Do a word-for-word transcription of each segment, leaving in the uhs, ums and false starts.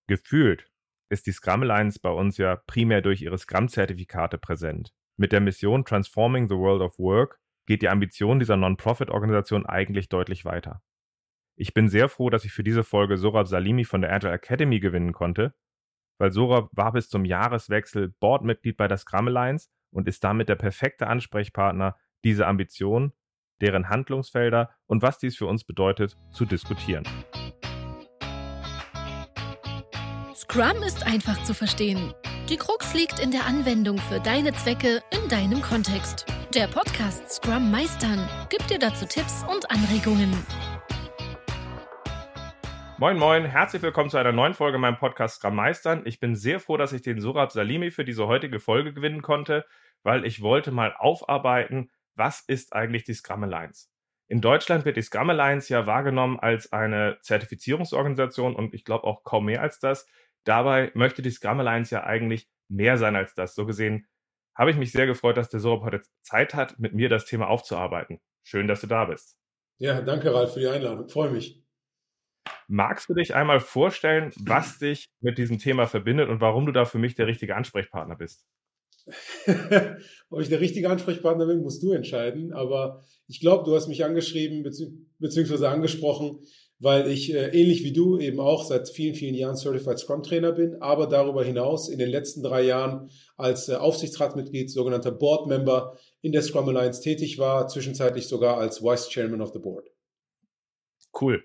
Gefühlt ist die Scrum Alliance bei uns ja primär durch ihre Scrum-Zertifikate präsent. Mit der Mission Transforming the World of Work geht die Ambition dieser Non-Profit-Organisation eigentlich deutlich weiter. Ich bin sehr froh, dass ich für diese Folge Sohrab Salimi von der Agile Academy gewinnen konnte, weil Sohrab war bis zum Jahreswechsel Boardmitglied bei der Scrum Alliance und ist damit der perfekte Ansprechpartner, diese Ambition, deren Handlungsfelder und was dies für uns bedeutet, zu diskutieren. Scrum ist einfach zu verstehen. Die Krux liegt in der Anwendung für deine Zwecke in deinem Kontext. Der Podcast Scrum Meistern gibt dir dazu Tipps und Anregungen. Moin moin, herzlich willkommen zu einer neuen Folge meinem Podcast Scrum Meistern. Ich bin sehr froh, dass ich den Sohrab Salimi für diese heutige Folge gewinnen konnte, weil ich wollte mal aufarbeiten, was ist eigentlich die Scrum Alliance? In Deutschland wird die Scrum Alliance ja wahrgenommen als eine Zertifizierungsorganisation und ich glaube auch kaum mehr als das. Dabei möchte die Scrum Alliance ja eigentlich mehr sein als das. So gesehen habe ich mich sehr gefreut, dass der Sohrab heute Zeit hat, mit mir das Thema aufzuarbeiten. Schön, dass du da bist. Ja, danke Ralf für die Einladung. Freue mich. Magst du dich einmal vorstellen, was dich mit diesem Thema verbindet und warum du da für mich der richtige Ansprechpartner bist? Ob ich der richtige Ansprechpartner bin, musst du entscheiden. Aber ich glaube, du hast mich angeschrieben bzw. beziehungsweise angesprochen, weil ich äh, ähnlich wie du eben auch seit vielen, vielen Jahren Certified Scrum Trainer bin, aber darüber hinaus in den letzten drei Jahren als äh, Aufsichtsratsmitglied, sogenannter Board Member in der Scrum Alliance tätig war, zwischenzeitlich sogar als Vice Chairman of the Board. Cool.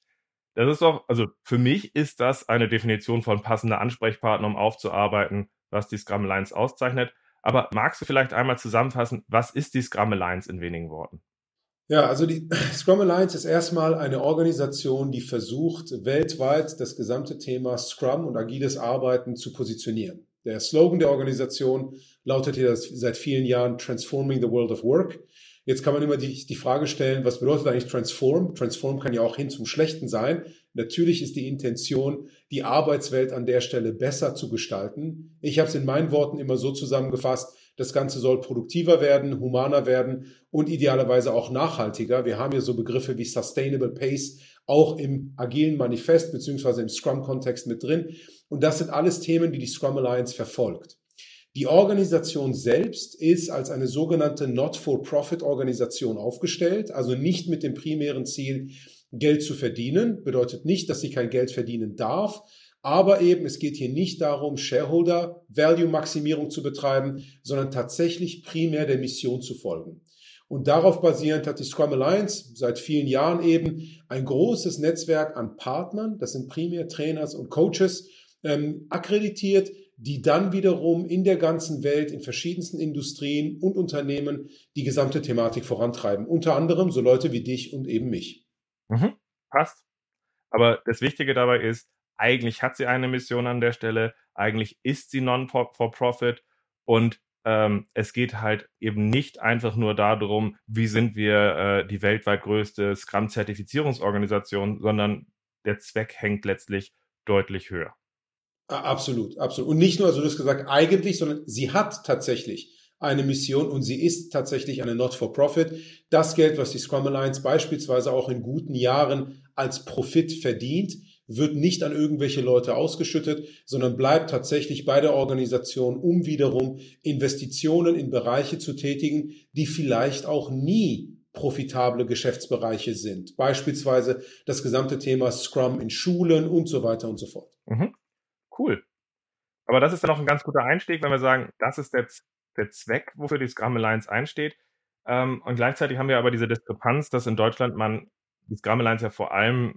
Das ist doch, also für mich ist das eine Definition von passender Ansprechpartner, um aufzuarbeiten, was die Scrum Alliance auszeichnet. Aber magst du vielleicht einmal zusammenfassen, was ist die Scrum Alliance in wenigen Worten? Ja, also die Scrum Alliance ist erstmal eine Organisation, die versucht, weltweit das gesamte Thema Scrum und agiles Arbeiten zu positionieren. Der Slogan der Organisation lautet hier seit vielen Jahren Transforming the World of Work. Jetzt kann man immer die, die Frage stellen, was bedeutet eigentlich Transform? Transform kann ja auch hin zum Schlechten sein. Natürlich ist die Intention, die Arbeitswelt an der Stelle besser zu gestalten. Ich habe es in meinen Worten immer so zusammengefasst, das Ganze soll produktiver werden, humaner werden und idealerweise auch nachhaltiger. Wir haben hier so Begriffe wie Sustainable Pace auch im agilen Manifest beziehungsweise im Scrum-Kontext mit drin. Und das sind alles Themen, die die Scrum Alliance verfolgt. Die Organisation selbst ist als eine sogenannte Not-for-Profit-Organisation aufgestellt, also nicht mit dem primären Ziel, Geld zu verdienen. Bedeutet nicht, dass sie kein Geld verdienen darf, aber eben es geht hier nicht darum, Shareholder-Value-Maximierung zu betreiben, sondern tatsächlich primär der Mission zu folgen. Und darauf basierend hat die Scrum Alliance seit vielen Jahren eben ein großes Netzwerk an Partnern, das sind primär Trainers und Coaches, ähm, akkreditiert, die dann wiederum in der ganzen Welt, in verschiedensten Industrien und Unternehmen die gesamte Thematik vorantreiben. Unter anderem so Leute wie dich und eben mich. Mhm, passt. Aber das Wichtige dabei ist, eigentlich hat sie eine Mission an der Stelle, eigentlich ist sie Non-for-Profit und ähm, es geht halt eben nicht einfach nur darum, wie sind wir äh, die weltweit größte Scrum-Zertifizierungsorganisation, sondern der Zweck hängt letztlich deutlich höher. Absolut, absolut. Und nicht nur, also du hast gesagt, eigentlich, sondern sie hat tatsächlich eine Mission und sie ist tatsächlich eine Not-for-Profit. Das Geld, was die Scrum Alliance beispielsweise auch in guten Jahren als Profit verdient, wird nicht an irgendwelche Leute ausgeschüttet, sondern bleibt tatsächlich bei der Organisation, um wiederum Investitionen in Bereiche zu tätigen, die vielleicht auch nie profitable Geschäftsbereiche sind. Beispielsweise das gesamte Thema Scrum in Schulen und so weiter und so fort. Mhm. Cool. Aber das ist dann auch ein ganz guter Einstieg, wenn wir sagen, das ist der, der Zweck, wofür die Scrum Alliance einsteht. Ähm, und gleichzeitig haben wir aber diese Diskrepanz, dass in Deutschland man die Scrum Alliance ja vor allem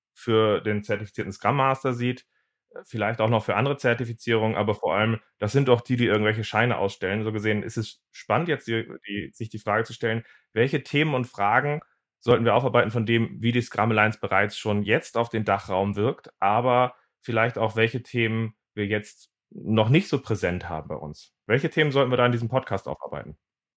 für den zertifizierten Scrum Master sieht, vielleicht auch noch für andere Zertifizierungen, aber vor allem, das sind doch die, die irgendwelche Scheine ausstellen. So gesehen ist es spannend, jetzt die, die, sich die Frage zu stellen, welche Themen und Fragen sollten wir aufarbeiten von dem, wie die Scrum Alliance bereits schon jetzt auf den Dachraum wirkt, aber vielleicht auch, welche Themen wir jetzt noch nicht so präsent haben bei uns. Welche Themen sollten wir da in diesem Podcast aufarbeiten?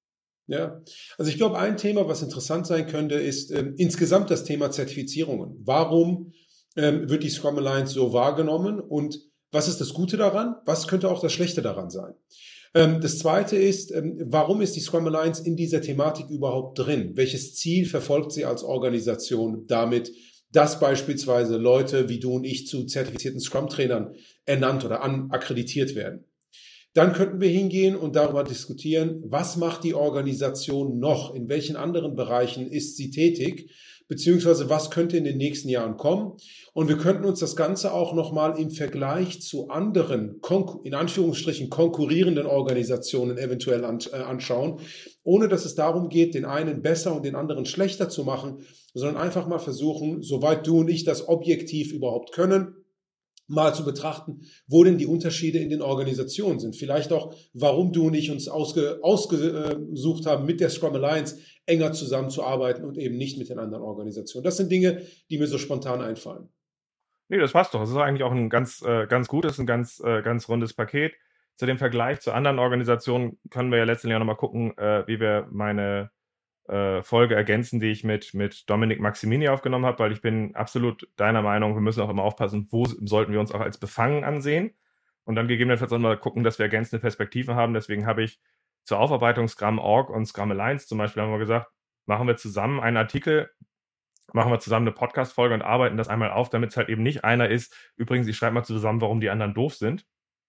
Ja, also ich glaube, ein Thema, was interessant sein könnte, ist ähm, insgesamt das Thema Zertifizierungen. Warum ähm, wird die Scrum Alliance so wahrgenommen und was ist das Gute daran? Was könnte auch das Schlechte daran sein? Ähm, das Zweite ist, ähm, warum ist die Scrum Alliance in dieser Thematik überhaupt drin? Welches Ziel verfolgt sie als Organisation damit, dass beispielsweise Leute wie du und ich zu zertifizierten Scrum-Trainern ernannt oder an, akkreditiert werden. Dann könnten wir hingehen und darüber diskutieren, was macht die Organisation noch, in welchen anderen Bereichen ist sie tätig, beziehungsweise was könnte in den nächsten Jahren kommen. Und wir könnten uns das Ganze auch nochmal im Vergleich zu anderen, in Anführungsstrichen konkurrierenden Organisationen eventuell anschauen, ohne dass es darum geht, den einen besser und den anderen schlechter zu machen, sondern einfach mal versuchen, soweit du und ich das objektiv überhaupt können, mal zu betrachten, wo denn die Unterschiede in den Organisationen sind. Vielleicht auch, warum du und ich uns ausge, ausgesucht haben, mit der Scrum Alliance enger zusammenzuarbeiten und eben nicht mit den anderen Organisationen. Das sind Dinge, die mir so spontan einfallen. Nee, das passt doch. Das ist eigentlich auch ein ganz, äh, ganz gutes, ein ganz, äh, ganz rundes Paket. Zu dem Vergleich zu anderen Organisationen können wir ja letztendlich auch nochmal gucken, äh, wie wir meine äh, Folge ergänzen, die ich mit, mit Dominik Maximini aufgenommen habe, weil ich bin absolut deiner Meinung, wir müssen auch immer aufpassen, wo sollten wir uns auch als befangen ansehen und dann gegebenenfalls auch mal gucken, dass wir ergänzende Perspektiven haben. Deswegen habe ich zur Aufarbeitung Scrum Punkt org und Scrum Alliance zum Beispiel haben wir gesagt, machen wir zusammen einen Artikel, machen wir zusammen eine Podcast-Folge und arbeiten das einmal auf, damit es halt eben nicht einer ist, übrigens, ich schreibe mal zusammen, warum die anderen doof sind,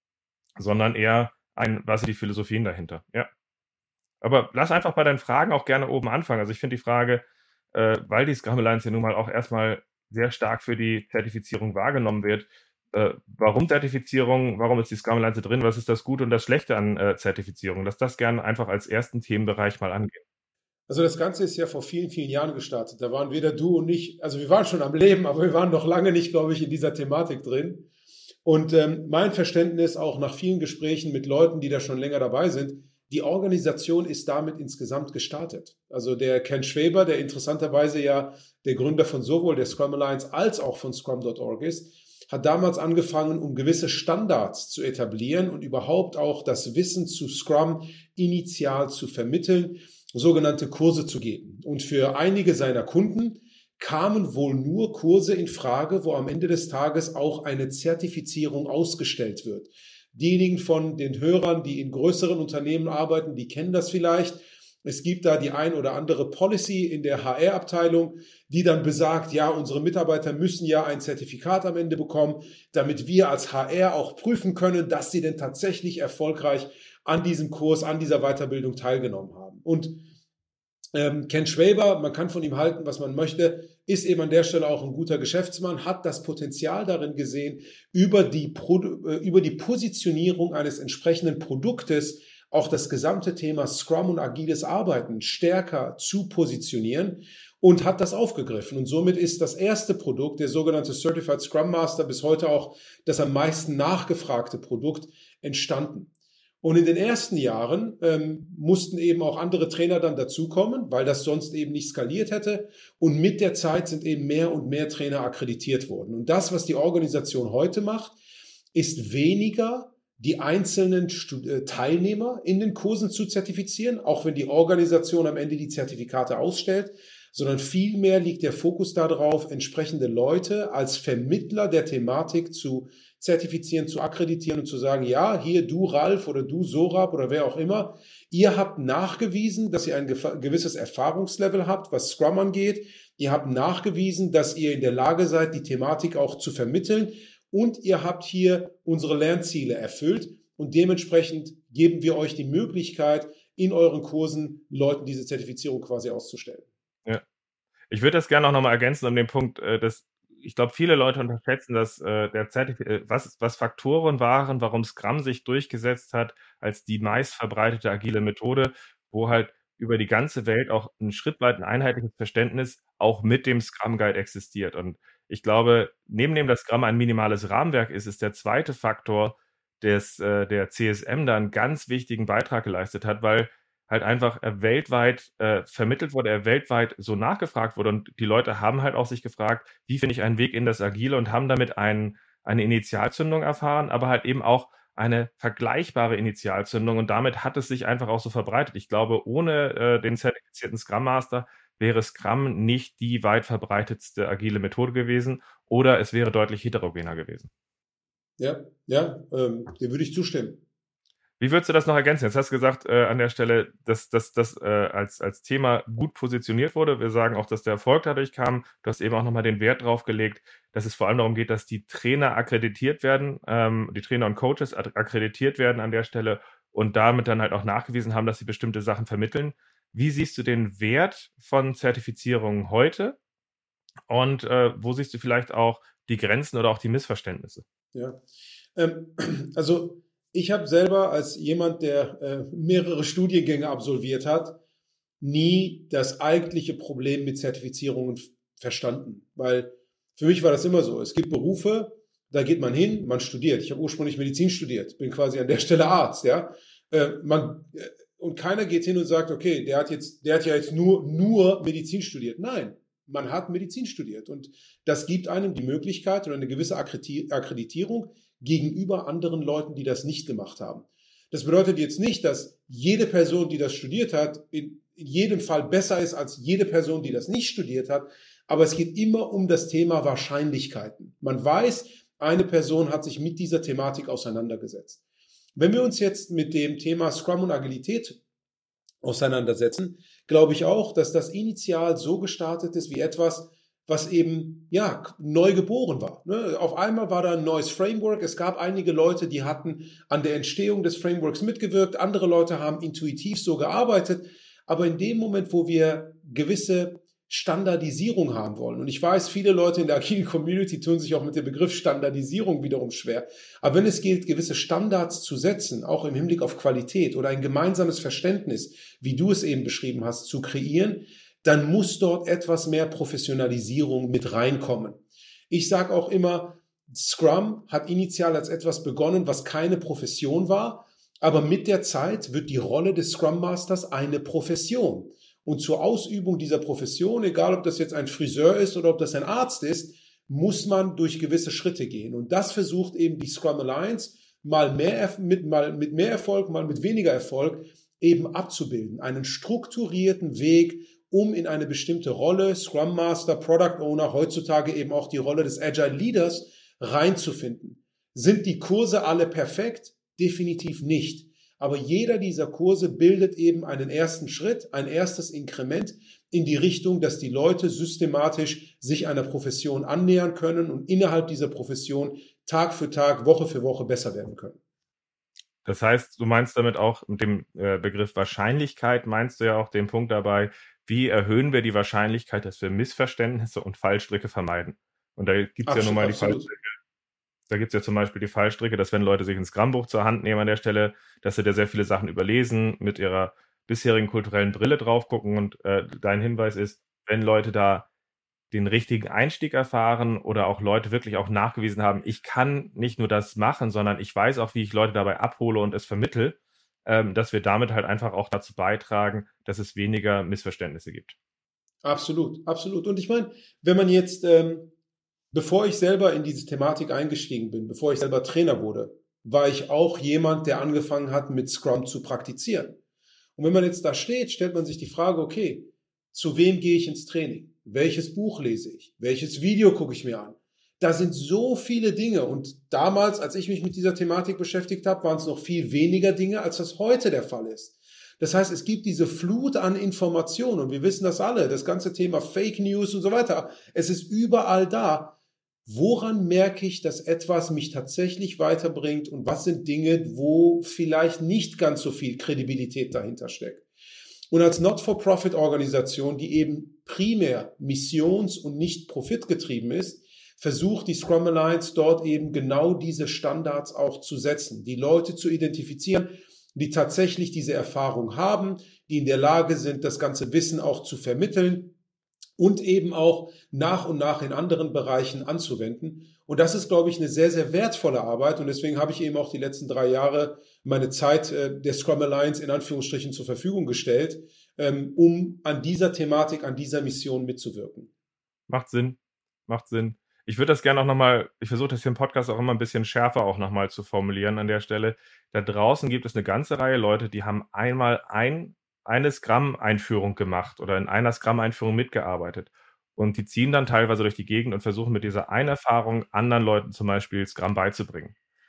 sondern eher ein, was sind die Philosophien dahinter. Ja. Aber lass einfach bei deinen Fragen auch gerne oben anfangen. Also ich finde die Frage, äh, weil die Scrum Alliance ja nun mal auch erstmal sehr stark für die Zertifizierung wahrgenommen wird, äh, warum Zertifizierung, warum ist die Scrum Alliance drin, was ist das Gute und das Schlechte an äh, Zertifizierung? Lass das gerne einfach als ersten Themenbereich mal angehen. Also das Ganze ist ja vor vielen, vielen Jahren gestartet. Da waren weder du und ich, also wir waren schon am Leben, aber wir waren noch lange nicht, glaube ich, in dieser Thematik drin. Und ähm, mein Verständnis auch nach vielen Gesprächen mit Leuten, die da schon länger dabei sind, die Organisation ist damit insgesamt gestartet. Also der Ken Schwaber, der interessanterweise ja der Gründer von sowohl der Scrum Alliance als auch von Scrum Punkt org ist, hat damals angefangen, um gewisse Standards zu etablieren und überhaupt auch das Wissen zu Scrum initial zu vermitteln, sogenannte Kurse zu geben. Und für einige seiner Kunden kamen wohl nur Kurse in Frage, wo am Ende des Tages auch eine Zertifizierung ausgestellt wird. Diejenigen von den Hörern, die in größeren Unternehmen arbeiten, die kennen das vielleicht. Es gibt da die ein oder andere Policy in der H R-Abteilung, die dann besagt, ja, unsere Mitarbeiter müssen ja ein Zertifikat am Ende bekommen, damit wir als H R auch prüfen können, dass sie denn tatsächlich erfolgreich an diesem Kurs, an dieser Weiterbildung teilgenommen haben. Und ähm, Ken Schwaber, man kann von ihm halten, was man möchte, ist eben an der Stelle auch ein guter Geschäftsmann, hat das Potenzial darin gesehen, über die, Pro, über die Positionierung eines entsprechenden Produktes auch das gesamte Thema Scrum und agiles Arbeiten stärker zu positionieren und hat das aufgegriffen. Und somit ist das erste Produkt, der sogenannte Certified Scrum Master, bis heute auch das am meisten nachgefragte Produkt entstanden. Und in den ersten Jahren ähm, mussten eben auch andere Trainer dann dazukommen, weil das sonst eben nicht skaliert hätte. Und mit der Zeit sind eben mehr und mehr Trainer akkreditiert worden. Und das, was die Organisation heute macht, ist weniger die einzelnen Stud- äh, Teilnehmer in den Kursen zu zertifizieren, auch wenn die Organisation am Ende die Zertifikate ausstellt, sondern vielmehr liegt der Fokus darauf, entsprechende Leute als Vermittler der Thematik zu zertifizieren, zu akkreditieren und zu sagen, ja, hier du Ralf oder du Sorab oder wer auch immer, ihr habt nachgewiesen, dass ihr ein gewisses Erfahrungslevel habt, was Scrum angeht. Ihr habt nachgewiesen, dass ihr in der Lage seid, die Thematik auch zu vermitteln und ihr habt hier unsere Lernziele erfüllt und dementsprechend geben wir euch die Möglichkeit, in euren Kursen Leuten diese Zertifizierung quasi auszustellen. Ja. Ich würde das gerne auch nochmal ergänzen um den Punkt, äh, dass ich glaube, viele Leute unterschätzen, dass äh, der Zertif- äh, was, was Faktoren waren, warum Scrum sich durchgesetzt hat als die meistverbreitete agile Methode, wo halt über die ganze Welt auch ein schrittweit ein einheitliches Verständnis auch mit dem Scrum Guide existiert. Und ich glaube, neben dem, dass Scrum ein minimales Rahmenwerk ist, ist der zweite Faktor, des, äh, der C S M da einen ganz wichtigen Beitrag geleistet hat, weil halt einfach er weltweit äh, vermittelt wurde, er weltweit so nachgefragt wurde und die Leute haben halt auch sich gefragt, wie finde ich einen Weg in das Agile und haben damit ein, eine Initialzündung erfahren, aber halt eben auch eine vergleichbare Initialzündung und damit hat es sich einfach auch so verbreitet. Ich glaube, ohne äh, den zertifizierten Scrum Master wäre Scrum nicht die weit verbreitetste agile Methode gewesen oder es wäre deutlich heterogener gewesen. Ja, ja, ähm, dem würde ich zustimmen. Wie würdest du das noch ergänzen? Jetzt hast du gesagt, äh, an der Stelle, dass das dass, äh, als als Thema gut positioniert wurde. Wir sagen auch, dass der Erfolg dadurch kam. Du hast eben auch noch mal den Wert drauf gelegt, dass es vor allem darum geht, dass die Trainer akkreditiert werden, ähm, die Trainer und Coaches ak akkreditiert werden an der Stelle und damit dann halt auch nachgewiesen haben, dass sie bestimmte Sachen vermitteln. Wie siehst du den Wert von Zertifizierungen heute? Und, äh, wo siehst du vielleicht auch die Grenzen oder auch die Missverständnisse? Ja, ähm, also ich habe selber als jemand, der äh, mehrere Studiengänge absolviert hat, nie das eigentliche Problem mit Zertifizierungen f- verstanden. Weil für mich war das immer so. Es gibt Berufe, da geht man hin, man studiert. Ich habe ursprünglich Medizin studiert, bin quasi an der Stelle Arzt, ja. Äh, man, äh, und keiner geht hin und sagt, okay, der hat jetzt, der hat ja jetzt nur, nur Medizin studiert. Nein, man hat Medizin studiert. Und das gibt einem die Möglichkeit oder eine gewisse Akkrediti- Akkreditierung gegenüber anderen Leuten, die das nicht gemacht haben. Das bedeutet jetzt nicht, dass jede Person, die das studiert hat, in, in jedem Fall besser ist als jede Person, die das nicht studiert hat. Aber es geht immer um das Thema Wahrscheinlichkeiten. Man weiß, eine Person hat sich mit dieser Thematik auseinandergesetzt. Wenn wir uns jetzt mit dem Thema Scrum und Agilität auseinandersetzen, glaube ich auch, dass das initial so gestartet ist wie etwas, was eben ja neu geboren war. Ne? Auf einmal war da ein neues Framework. Es gab einige Leute, die hatten an der Entstehung des Frameworks mitgewirkt. Andere Leute haben intuitiv so gearbeitet. Aber in dem Moment, wo wir gewisse Standardisierung haben wollen, und ich weiß, viele Leute in der agilen Community tun sich auch mit dem Begriff Standardisierung wiederum schwer. Aber wenn es gilt, gewisse Standards zu setzen, auch im Hinblick auf Qualität oder ein gemeinsames Verständnis, wie du es eben beschrieben hast, zu kreieren, dann muss dort etwas mehr Professionalisierung mit reinkommen. Ich sage auch immer, Scrum hat initial als etwas begonnen, was keine Profession war, aber mit der Zeit wird die Rolle des Scrum Masters eine Profession. Und zur Ausübung dieser Profession, egal ob das jetzt ein Friseur ist oder ob das ein Arzt ist, muss man durch gewisse Schritte gehen. Und das versucht eben die Scrum Alliance mal mehr, mit, mal mit mehr Erfolg, mal mit weniger Erfolg eben abzubilden. Einen strukturierten Weg, um in eine bestimmte Rolle, Scrum Master, Product Owner, heutzutage eben auch die Rolle des Agile Leaders reinzufinden. Sind die Kurse alle perfekt? Definitiv nicht. Aber jeder dieser Kurse bildet eben einen ersten Schritt, ein erstes Inkrement in die Richtung, dass die Leute systematisch sich einer Profession annähern können und innerhalb dieser Profession Tag für Tag, Woche für Woche besser werden können. Das heißt, du meinst damit auch mit dem äh, Begriff Wahrscheinlichkeit, meinst du ja auch den Punkt dabei, wie erhöhen wir die Wahrscheinlichkeit, dass wir Missverständnisse und Fallstricke vermeiden? Und da gibt es ja nun mal die Fallstricke. Da gibt es ja zum Beispiel die Fallstricke, dass wenn Leute sich ein Scrum-Buch zur Hand nehmen an der Stelle, dass sie da sehr viele Sachen überlesen, mit ihrer bisherigen kulturellen Brille drauf gucken. Und äh, dein Hinweis ist, wenn Leute da den richtigen Einstieg erfahren oder auch Leute wirklich auch nachgewiesen haben, ich kann nicht nur das machen, sondern ich weiß auch, wie ich Leute dabei abhole und es vermittle, ähm, dass wir damit halt einfach auch dazu beitragen, dass es weniger Missverständnisse gibt. Absolut, absolut. Und ich meine, wenn man jetzt... Ähm Bevor ich selber in diese Thematik eingestiegen bin, bevor ich selber Trainer wurde, war ich auch jemand, der angefangen hat, mit Scrum zu praktizieren. Und wenn man jetzt da steht, stellt man sich die Frage, okay, zu wem gehe ich ins Training? Welches Buch lese ich? Welches Video gucke ich mir an? Da sind so viele Dinge. Und damals, als ich mich mit dieser Thematik beschäftigt habe, waren es noch viel weniger Dinge, als das heute der Fall ist. Das heißt, es gibt diese Flut an Informationen und wir wissen das alle, das ganze Thema Fake News und so weiter. Es ist überall da. Woran merke ich, dass etwas mich tatsächlich weiterbringt und was sind Dinge, wo vielleicht nicht ganz so viel Kredibilität dahinter steckt? Und als Not-for-Profit-Organisation, die eben primär missions- und nicht profitgetrieben ist, versucht die Scrum Alliance dort eben genau diese Standards auch zu setzen, die Leute zu identifizieren, die tatsächlich diese Erfahrung haben, die in der Lage sind, das ganze Wissen auch zu vermitteln und eben auch nach und nach in anderen Bereichen anzuwenden. Und das ist, glaube ich, eine sehr, sehr wertvolle Arbeit. Und deswegen habe ich eben auch die letzten drei Jahre meine Zeit äh, der Scrum Alliance in Anführungsstrichen zur Verfügung gestellt, ähm, um an dieser Thematik, an dieser Mission mitzuwirken. Macht Sinn, macht Sinn. Ich würde das gerne auch nochmal, ich versuche das hier im Podcast auch immer ein bisschen schärfer auch nochmal zu formulieren an der Stelle. Da draußen gibt es eine ganze Reihe Leute, die haben einmal ein eine Scrum-Einführung gemacht oder in einer Scrum-Einführung mitgearbeitet. Und die ziehen dann teilweise durch die Gegend und versuchen mit dieser einen Erfahrung anderen Leuten zum Beispiel Scrum beizubringen.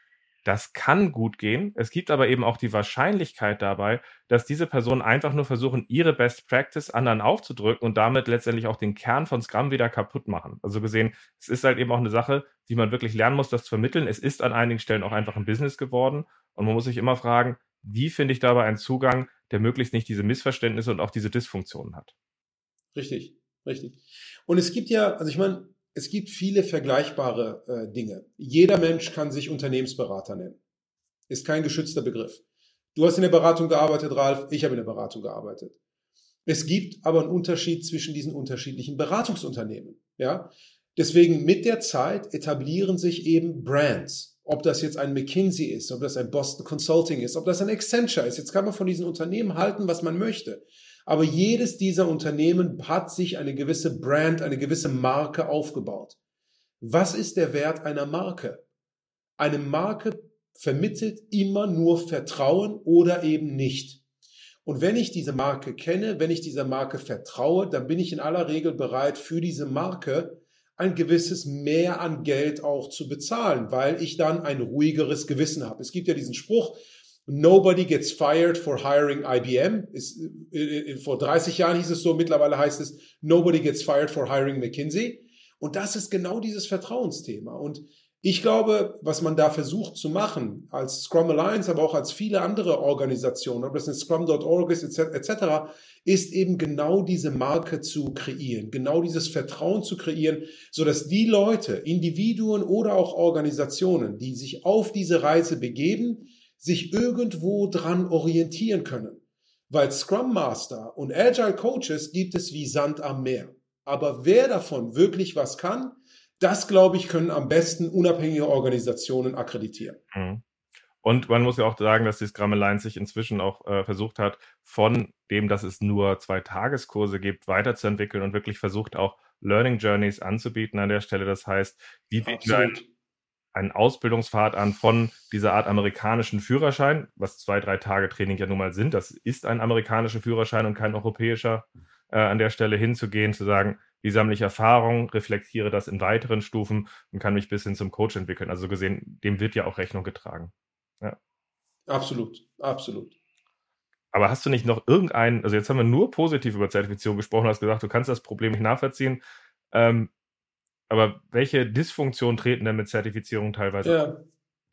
Das kann gut gehen. Es gibt aber eben auch die Wahrscheinlichkeit dabei, dass diese Personen einfach nur versuchen, ihre Best Practice anderen aufzudrücken und damit letztendlich auch den Kern von Scrum wieder kaputt machen. Also gesehen, es ist halt eben auch eine Sache, die man wirklich lernen muss, das zu vermitteln. Es ist an einigen Stellen auch einfach ein Business geworden und man muss sich immer fragen, wie finde ich dabei einen Zugang, der möglichst nicht diese Missverständnisse und auch diese Dysfunktionen hat. Richtig, richtig. Und es gibt ja, also ich meine, es gibt viele vergleichbare äh, Dinge. Jeder Mensch kann sich Unternehmensberater nennen. Ist kein geschützter Begriff. Du hast in der Beratung gearbeitet, Ralf, ich habe in der Beratung gearbeitet. Es gibt aber einen Unterschied zwischen diesen unterschiedlichen Beratungsunternehmen. Ja? Deswegen mit der Zeit etablieren sich eben Brands. Ob das jetzt ein McKinsey ist, ob das ein Boston Consulting ist, ob das ein Accenture ist. Jetzt kann man von diesen Unternehmen halten, was man möchte. Aber jedes dieser Unternehmen hat sich eine gewisse Brand, eine gewisse Marke aufgebaut. Was ist der Wert einer Marke? Eine Marke vermittelt immer nur Vertrauen oder eben nicht. Und wenn ich diese Marke kenne, wenn ich dieser Marke vertraue, dann bin ich in aller Regel bereit, für diese Marke ein gewisses Mehr an Geld auch zu bezahlen, weil ich dann ein ruhigeres Gewissen habe. Es gibt ja diesen Spruch, Nobody gets fired for hiring I B M. Ist, äh, vor dreißig Jahren hieß es so, mittlerweile heißt es Nobody gets fired for hiring McKinsey. Und das ist genau dieses Vertrauensthema. Und ich glaube, was man da versucht zu machen, als Scrum Alliance, aber auch als viele andere Organisationen, ob das in Scrum Punkt org ist, et cetera, ist eben genau diese Marke zu kreieren, genau dieses Vertrauen zu kreieren, sodass die Leute, Individuen oder auch Organisationen, die sich auf diese Reise begeben, sich irgendwo dran orientieren können. Weil Scrum Master und Agile Coaches gibt es wie Sand am Meer. Aber wer davon wirklich was kann, das, glaube ich, können am besten unabhängige Organisationen akkreditieren. Und man muss ja auch sagen, dass die Scrum Alliance sich inzwischen auch äh, versucht hat, von dem, dass es nur zwei Tageskurse gibt, weiterzuentwickeln und wirklich versucht auch Learning Journeys anzubieten an der Stelle. Das heißt, wie bieten wir ein einen Ausbildungspfad an von dieser Art amerikanischen Führerschein, was zwei, drei Tage Training ja nun mal sind. Das ist ein amerikanischer Führerschein und kein europäischer, äh, an der Stelle hinzugehen, zu sagen, wie sammle ich Erfahrung, reflektiere das in weiteren Stufen und kann mich bis hin zum Coach entwickeln. Also gesehen, dem wird ja auch Rechnung getragen. Ja. Absolut, absolut. Aber hast du nicht noch irgendeinen, also jetzt haben wir nur positiv über Zertifizierung gesprochen, hast gesagt, du kannst das Problem nicht nachvollziehen, ähm, aber welche Dysfunktionen treten denn mit Zertifizierung teilweise? Ja.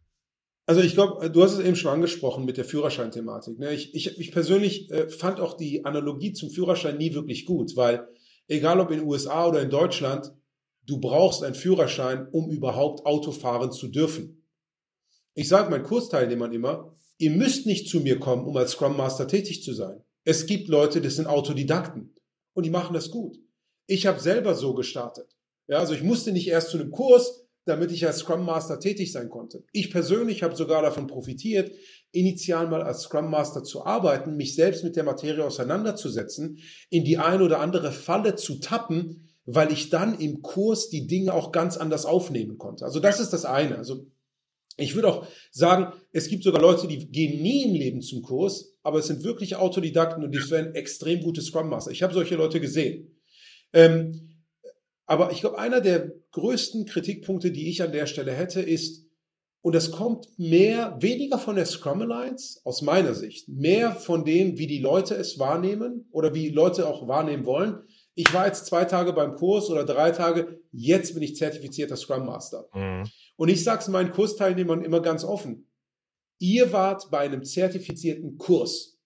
Also ich glaube, du hast es eben schon angesprochen mit der Führerscheinthematik. Ne? Ich, ich, ich persönlich äh, fand auch die Analogie zum Führerschein nie wirklich gut, weil egal ob in den U S A oder in Deutschland, du brauchst einen Führerschein, um überhaupt Auto fahren zu dürfen. Ich sage meinen Kursteilnehmern immer, ihr müsst nicht zu mir kommen, um als Scrum Master tätig zu sein. Es gibt Leute, das sind Autodidakten und die machen das gut. Ich habe selber so gestartet. Ja, also ich musste nicht erst zu einem Kurs, damit ich als Scrum Master tätig sein konnte. Ich persönlich habe sogar davon profitiert, initial mal als Scrum Master zu arbeiten, mich selbst mit der Materie auseinanderzusetzen, in die ein oder andere Falle zu tappen, weil ich dann im Kurs die Dinge auch ganz anders aufnehmen konnte. Also das ist das eine. Also ich würde auch sagen, es gibt sogar Leute, die gehen nie im Leben zum Kurs, aber es sind wirklich Autodidakten und die werden extrem gute Scrum Master. Ich habe solche Leute gesehen. Ähm, Aber ich glaube, einer der größten Kritikpunkte, die ich an der Stelle hätte, ist, und das kommt mehr, weniger von der Scrum Alliance, aus meiner Sicht, mehr von dem, wie die Leute es wahrnehmen oder wie Leute auch wahrnehmen wollen. Ich war jetzt zwei Tage beim Kurs oder drei Tage, jetzt bin ich zertifizierter Scrum Master. Mhm. Und ich sage es meinen Kursteilnehmern immer ganz offen. Ihr wart bei einem zertifizierten Kurs.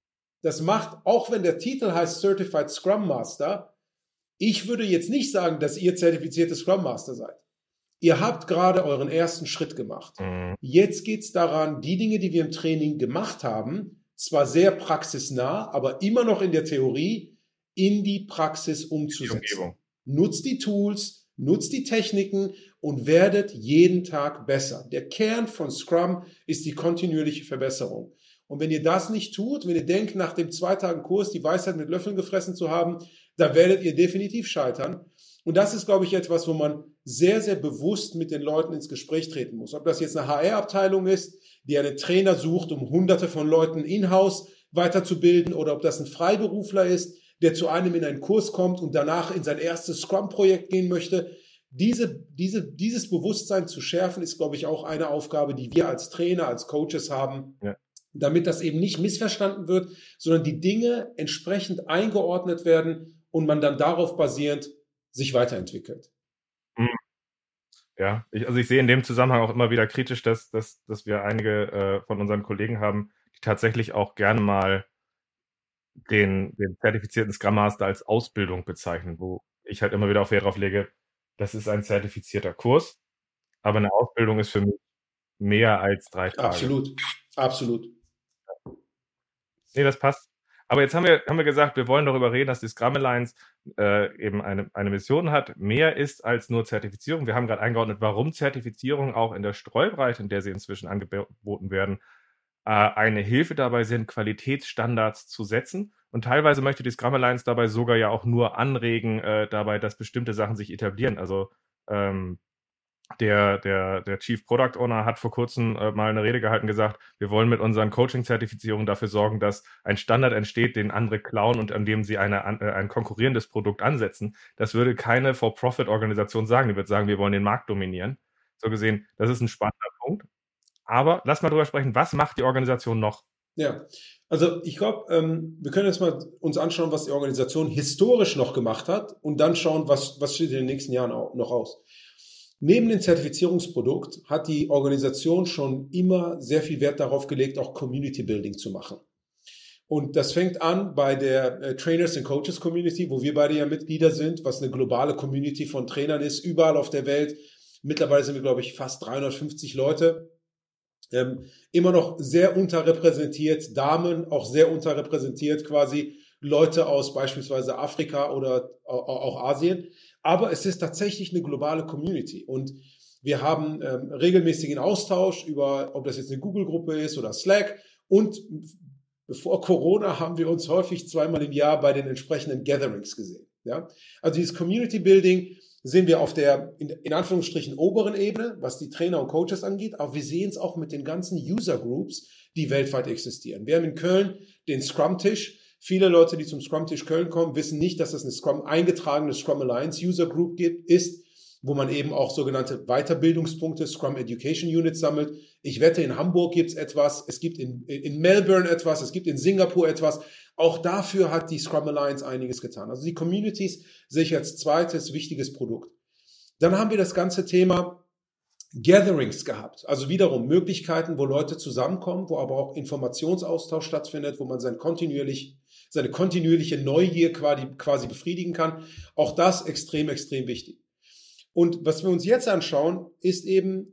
Das macht, auch wenn der Titel heißt Certified Scrum Master, ich würde jetzt nicht sagen, dass ihr zertifizierte Scrum Master seid. Ihr habt gerade euren ersten Schritt gemacht. Mhm. Jetzt geht es daran, die Dinge, die wir im Training gemacht haben, zwar sehr praxisnah, aber immer noch in der Theorie, in die Praxis umzusetzen. Die nutzt die Tools, nutzt die Techniken und werdet jeden Tag besser. Der Kern von Scrum ist die kontinuierliche Verbesserung. Und wenn ihr das nicht tut, wenn ihr denkt, nach dem zwei Tagen Kurs die Weisheit mit Löffeln gefressen zu haben, da werdet ihr definitiv scheitern. Und das ist, glaube ich, etwas, wo man sehr, sehr bewusst mit den Leuten ins Gespräch treten muss. Ob das jetzt eine H R-Abteilung ist, die einen Trainer sucht, um hunderte von Leuten in-house weiterzubilden, oder ob das ein Freiberufler ist, der zu einem in einen Kurs kommt und danach in sein erstes Scrum-Projekt gehen möchte. diese, diese, dieses Bewusstsein zu schärfen, ist, glaube ich, auch eine Aufgabe, die wir als Trainer, als Coaches haben, Ja. damit das eben nicht missverstanden wird, sondern die Dinge entsprechend eingeordnet werden und man dann darauf basierend sich weiterentwickelt. Mhm. Ja, ich, also ich sehe in dem Zusammenhang auch immer wieder kritisch, dass, dass, dass wir einige äh, von unseren Kollegen haben, die tatsächlich auch gerne mal den, den zertifizierten Scrum Master als Ausbildung bezeichnen, wo ich halt immer wieder auch Wert drauf lege, das ist ein zertifizierter Kurs, aber eine Ausbildung ist für mich mehr als drei Tage. Absolut, absolut. Nee, das passt. Aber jetzt haben wir, haben wir gesagt, wir wollen darüber reden, dass die Scrum Alliance äh, eben eine, eine Mission hat, mehr ist als nur Zertifizierung. Wir haben gerade eingeordnet, warum Zertifizierungen auch in der Streubreite, in der sie inzwischen angeboten werden, äh, eine Hilfe dabei sind, Qualitätsstandards zu setzen. Und teilweise möchte die Scrum Alliance dabei sogar ja auch nur anregen, äh, dabei, dass bestimmte Sachen sich etablieren. Also ähm, Der, der, der Chief Product Owner hat vor kurzem äh, mal eine Rede gehalten, gesagt, wir wollen mit unseren Coaching-Zertifizierungen dafür sorgen, dass ein Standard entsteht, den andere klauen und an dem sie eine, äh, ein konkurrierendes Produkt ansetzen. Das würde keine For-Profit-Organisation sagen. Die würde sagen, wir wollen den Markt dominieren. So gesehen, das ist ein spannender Punkt. Aber lass mal drüber sprechen, was macht die Organisation noch? Ja, also ich glaube, ähm, wir können jetzt mal uns anschauen, was die Organisation historisch noch gemacht hat und dann schauen, was, was steht in den nächsten Jahren auch noch aus. Neben dem Zertifizierungsprodukt hat die Organisation schon immer sehr viel Wert darauf gelegt, auch Community Building zu machen. Und das fängt an bei der äh, Trainers and Coaches Community, wo wir beide ja Mitglieder sind, was eine globale Community von Trainern ist, überall auf der Welt. Mittlerweile sind wir, glaube ich, fast dreihundertfünfzig Leute. Ähm, immer noch sehr unterrepräsentiert, Damen auch sehr unterrepräsentiert, quasi Leute aus beispielsweise Afrika oder auch Asien. Aber es ist tatsächlich eine globale Community und wir haben ähm, regelmäßigen Austausch über, ob das jetzt eine Google-Gruppe ist oder Slack, und bevor Corona haben wir uns häufig zweimal im Jahr bei den entsprechenden Gatherings gesehen. Ja? Also dieses Community-Building sehen wir auf der, in, in Anführungsstrichen, oberen Ebene, was die Trainer und Coaches angeht, aber wir sehen es auch mit den ganzen User-Groups, die weltweit existieren. Wir haben in Köln den Scrum-Tisch. Viele Leute, die zum Scrum-Tisch Köln kommen, wissen nicht, dass es eine Scrum, eingetragene Scrum Alliance User Group gibt, ist, wo man eben auch sogenannte Weiterbildungspunkte, Scrum Education Units sammelt. Ich wette, in Hamburg gibt es etwas, es gibt in, in Melbourne etwas, es gibt in Singapur etwas. Auch dafür hat die Scrum Alliance einiges getan. Also die Communities sehe ich als zweites wichtiges Produkt. Dann haben wir das ganze Thema Gatherings gehabt, also wiederum Möglichkeiten, wo Leute zusammenkommen, wo aber auch Informationsaustausch stattfindet, wo man sein kontinuierlich, seine kontinuierliche Neugier quasi, quasi befriedigen kann. Auch das extrem, extrem wichtig. Und was wir uns jetzt anschauen, ist eben...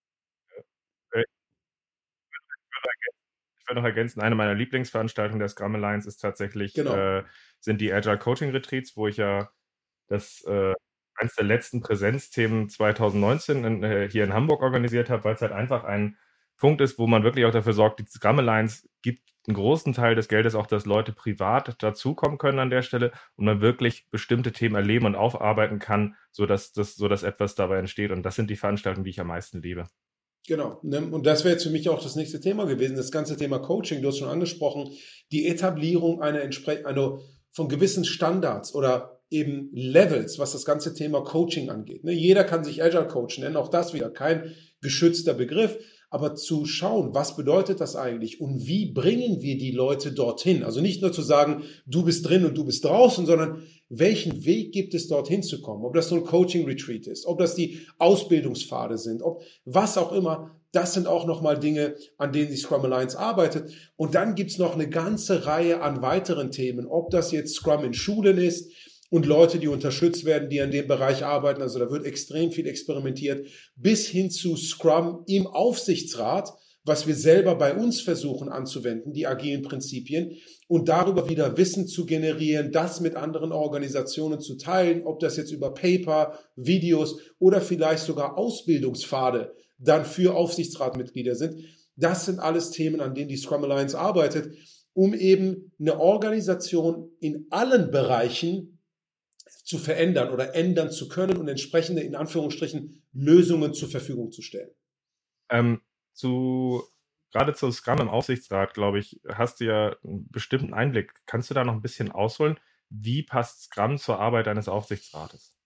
Ich würde noch ergänzen, eine meiner Lieblingsveranstaltungen der Scrum Alliance ist tatsächlich, Genau. äh, sind die Agile Coaching Retreats, wo ich ja das... Äh, eines der letzten Präsenzthemen zwanzig neunzehn in, äh, hier in Hamburg organisiert habe, weil es halt einfach ein Punkt ist, wo man wirklich auch dafür sorgt, die Scrum Alliance gibt einen großen Teil des Geldes auch, dass Leute privat dazukommen können an der Stelle und man wirklich bestimmte Themen erleben und aufarbeiten kann, sodass, das, sodass etwas dabei entsteht. Und das sind die Veranstaltungen, die ich am meisten liebe. Genau. Und das wäre jetzt für mich auch das nächste Thema gewesen, das ganze Thema Coaching. Du hast schon angesprochen, die Etablierung einer, einer von gewissen Standards oder eben Levels, was das ganze Thema Coaching angeht. Ne? Jeder kann sich Agile Coach nennen, auch das wieder kein geschützter Begriff, aber zu schauen, was bedeutet das eigentlich und wie bringen wir die Leute dorthin? Also nicht nur zu sagen, du bist drin und du bist draußen, sondern welchen Weg gibt es, dorthin zu kommen? Ob das so ein Coaching-Retreat ist, ob das die Ausbildungspfade sind, ob was auch immer. Das sind auch nochmal Dinge, an denen die Scrum Alliance arbeitet. Und dann gibt's noch eine ganze Reihe an weiteren Themen, ob das jetzt Scrum in Schulen ist, und Leute, die unterstützt werden, die in dem Bereich arbeiten. Also da wird extrem viel experimentiert, bis hin zu Scrum im Aufsichtsrat, was wir selber bei uns versuchen anzuwenden, die agilen Prinzipien, und darüber wieder Wissen zu generieren, das mit anderen Organisationen zu teilen, ob das jetzt über Paper, Videos oder vielleicht sogar Ausbildungspfade dann für Aufsichtsratmitglieder sind. Das sind alles Themen, an denen die Scrum Alliance arbeitet, um eben eine Organisation in allen Bereichen zu verändern oder ändern zu können und entsprechende, in Anführungsstrichen, Lösungen zur Verfügung zu stellen. Ähm, zu, gerade zu Scrum im Aufsichtsrat, glaube ich, hast du ja einen bestimmten Einblick. Kannst du da noch ein bisschen ausholen? Wie passt Scrum zur Arbeit eines Aufsichtsrates?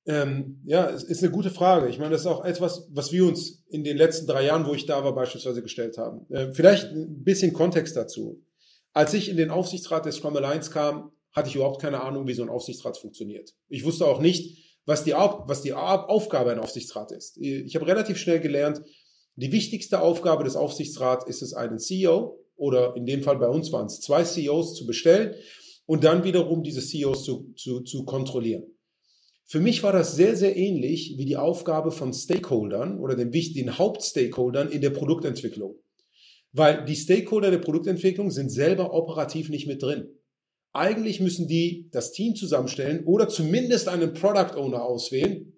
Ähm, ja, es ist eine gute Frage. Ich meine, das ist auch etwas, was wir uns in den letzten drei Jahren, wo ich da war, beispielsweise gestellt haben. Äh, vielleicht ein bisschen Kontext dazu. Als ich in den Aufsichtsrat der Scrum Alliance kam, hatte ich überhaupt keine Ahnung, wie so ein Aufsichtsrat funktioniert. Ich wusste auch nicht, was die, was die Aufgabe ein Aufsichtsrat ist. Ich habe relativ schnell gelernt, die wichtigste Aufgabe des Aufsichtsrats ist es, einen C E O oder in dem Fall bei uns waren es zwei C E Os zu bestellen und dann wiederum diese C E Os zu, zu, zu kontrollieren. Für mich war das sehr, sehr ähnlich wie die Aufgabe von Stakeholdern oder den, den Hauptstakeholdern in der Produktentwicklung. Weil die Stakeholder der Produktentwicklung sind selber operativ nicht mit drin. Eigentlich müssen die das Team zusammenstellen oder zumindest einen Product Owner auswählen,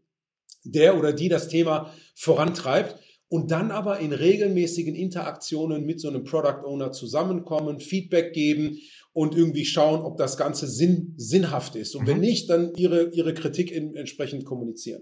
der oder die das Thema vorantreibt und dann aber in regelmäßigen Interaktionen mit so einem Product Owner zusammenkommen, Feedback geben und irgendwie schauen, ob das Ganze sinn, sinnhaft ist. Und wenn nicht, dann ihre, ihre Kritik in, entsprechend kommunizieren.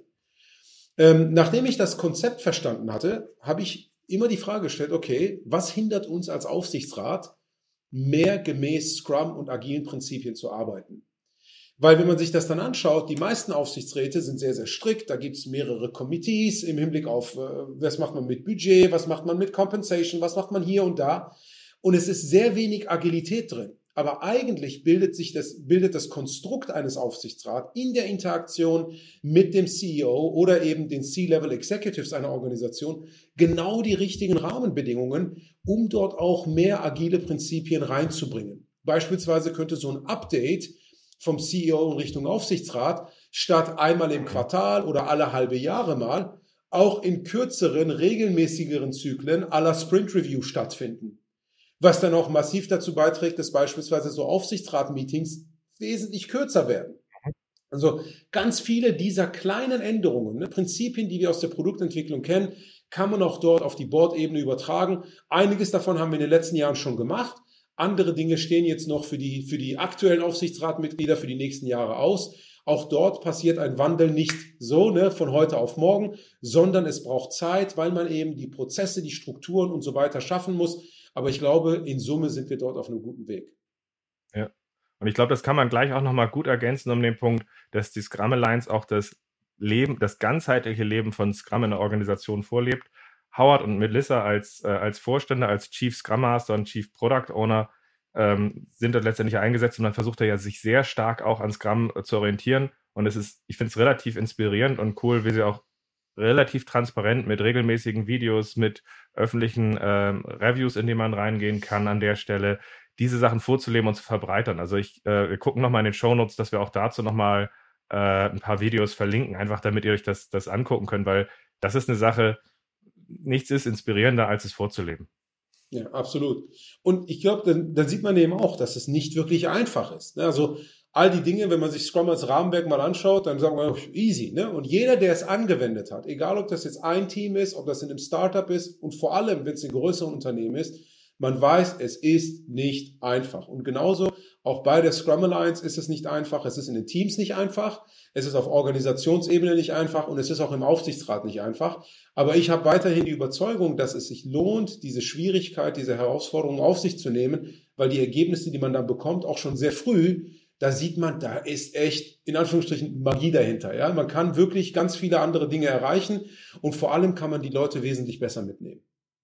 Ähm, nachdem ich das Konzept verstanden hatte, habe ich immer die Frage gestellt, okay, was hindert uns als Aufsichtsrat, mehr gemäß Scrum und agilen Prinzipien zu arbeiten? Weil wenn man sich das dann anschaut, die meisten Aufsichtsräte sind sehr, sehr strikt. Da gibt es mehrere Committees im Hinblick auf, äh, was macht man mit Budget, was macht man mit Compensation, was macht man hier und da. Und es ist sehr wenig Agilität drin. Aber eigentlich bildet sich das, bildet das Konstrukt eines Aufsichtsrats in der Interaktion mit dem C E O oder eben den C-Level Executives einer Organisation genau die richtigen Rahmenbedingungen, um dort auch mehr agile Prinzipien reinzubringen. Beispielsweise könnte so ein Update vom C E O in Richtung Aufsichtsrat statt einmal im Quartal oder alle halbe Jahre mal auch in kürzeren, regelmäßigeren Zyklen à la Sprint Review stattfinden. Was dann auch massiv dazu beiträgt, dass beispielsweise so Aufsichtsrat-Meetings wesentlich kürzer werden. Also ganz viele dieser kleinen Änderungen, ne, Prinzipien, die wir aus der Produktentwicklung kennen, kann man auch dort auf die Board-Ebene übertragen. Einiges davon haben wir in den letzten Jahren schon gemacht. Andere Dinge stehen jetzt noch für die, für die aktuellen Aufsichtsratmitglieder für die nächsten Jahre aus. Auch dort passiert ein Wandel nicht so, ne, von heute auf morgen, sondern es braucht Zeit, weil man eben die Prozesse, die Strukturen und so weiter schaffen muss. Aber ich glaube, in Summe sind wir dort auf einem guten Weg. Ja. Und ich glaube, das kann man gleich auch nochmal gut ergänzen um den Punkt, dass die Scrum Alliance auch das Leben, das ganzheitliche Leben von Scrum in der Organisation vorlebt. Howard und Melissa als, äh, als Vorstände, als Chief Scrum Master und Chief Product Owner ähm, sind dort letztendlich eingesetzt und man versucht ja sich sehr stark auch an Scrum äh, zu orientieren. Und es ist, ich finde es relativ inspirierend und cool, wie sie auch relativ transparent mit regelmäßigen Videos, mit öffentlichen ähm, Reviews, in die man reingehen kann an der Stelle, diese Sachen vorzuleben und zu verbreitern. Also ich, äh, wir gucken nochmal in den Shownotes, dass wir auch dazu nochmal äh, ein paar Videos verlinken, einfach damit ihr euch das, das angucken könnt, weil das ist eine Sache, nichts ist inspirierender, als es vorzuleben. Ja, absolut. Und ich glaube, dann, dann sieht man eben auch, dass es nicht wirklich einfach ist. Also all die Dinge, wenn man sich Scrum als Rahmenwerk mal anschaut, dann sagen wir, easy. Ne? Und jeder, der es angewendet hat, egal ob das jetzt ein Team ist, ob das in einem Startup ist und vor allem, wenn es in größeren Unternehmen ist, man weiß, es ist nicht einfach. Und genauso auch bei der Scrum Alliance ist es nicht einfach. Es ist in den Teams nicht einfach. Es ist auf Organisationsebene nicht einfach und es ist auch im Aufsichtsrat nicht einfach. Aber ich habe weiterhin die Überzeugung, dass es sich lohnt, diese Schwierigkeit, diese Herausforderung auf sich zu nehmen, weil die Ergebnisse, die man dann bekommt, auch schon sehr früh, da sieht man, da ist echt, in Anführungsstrichen, Magie dahinter. Ja? Man kann wirklich ganz viele andere Dinge erreichen und vor allem kann man die Leute wesentlich besser mitnehmen.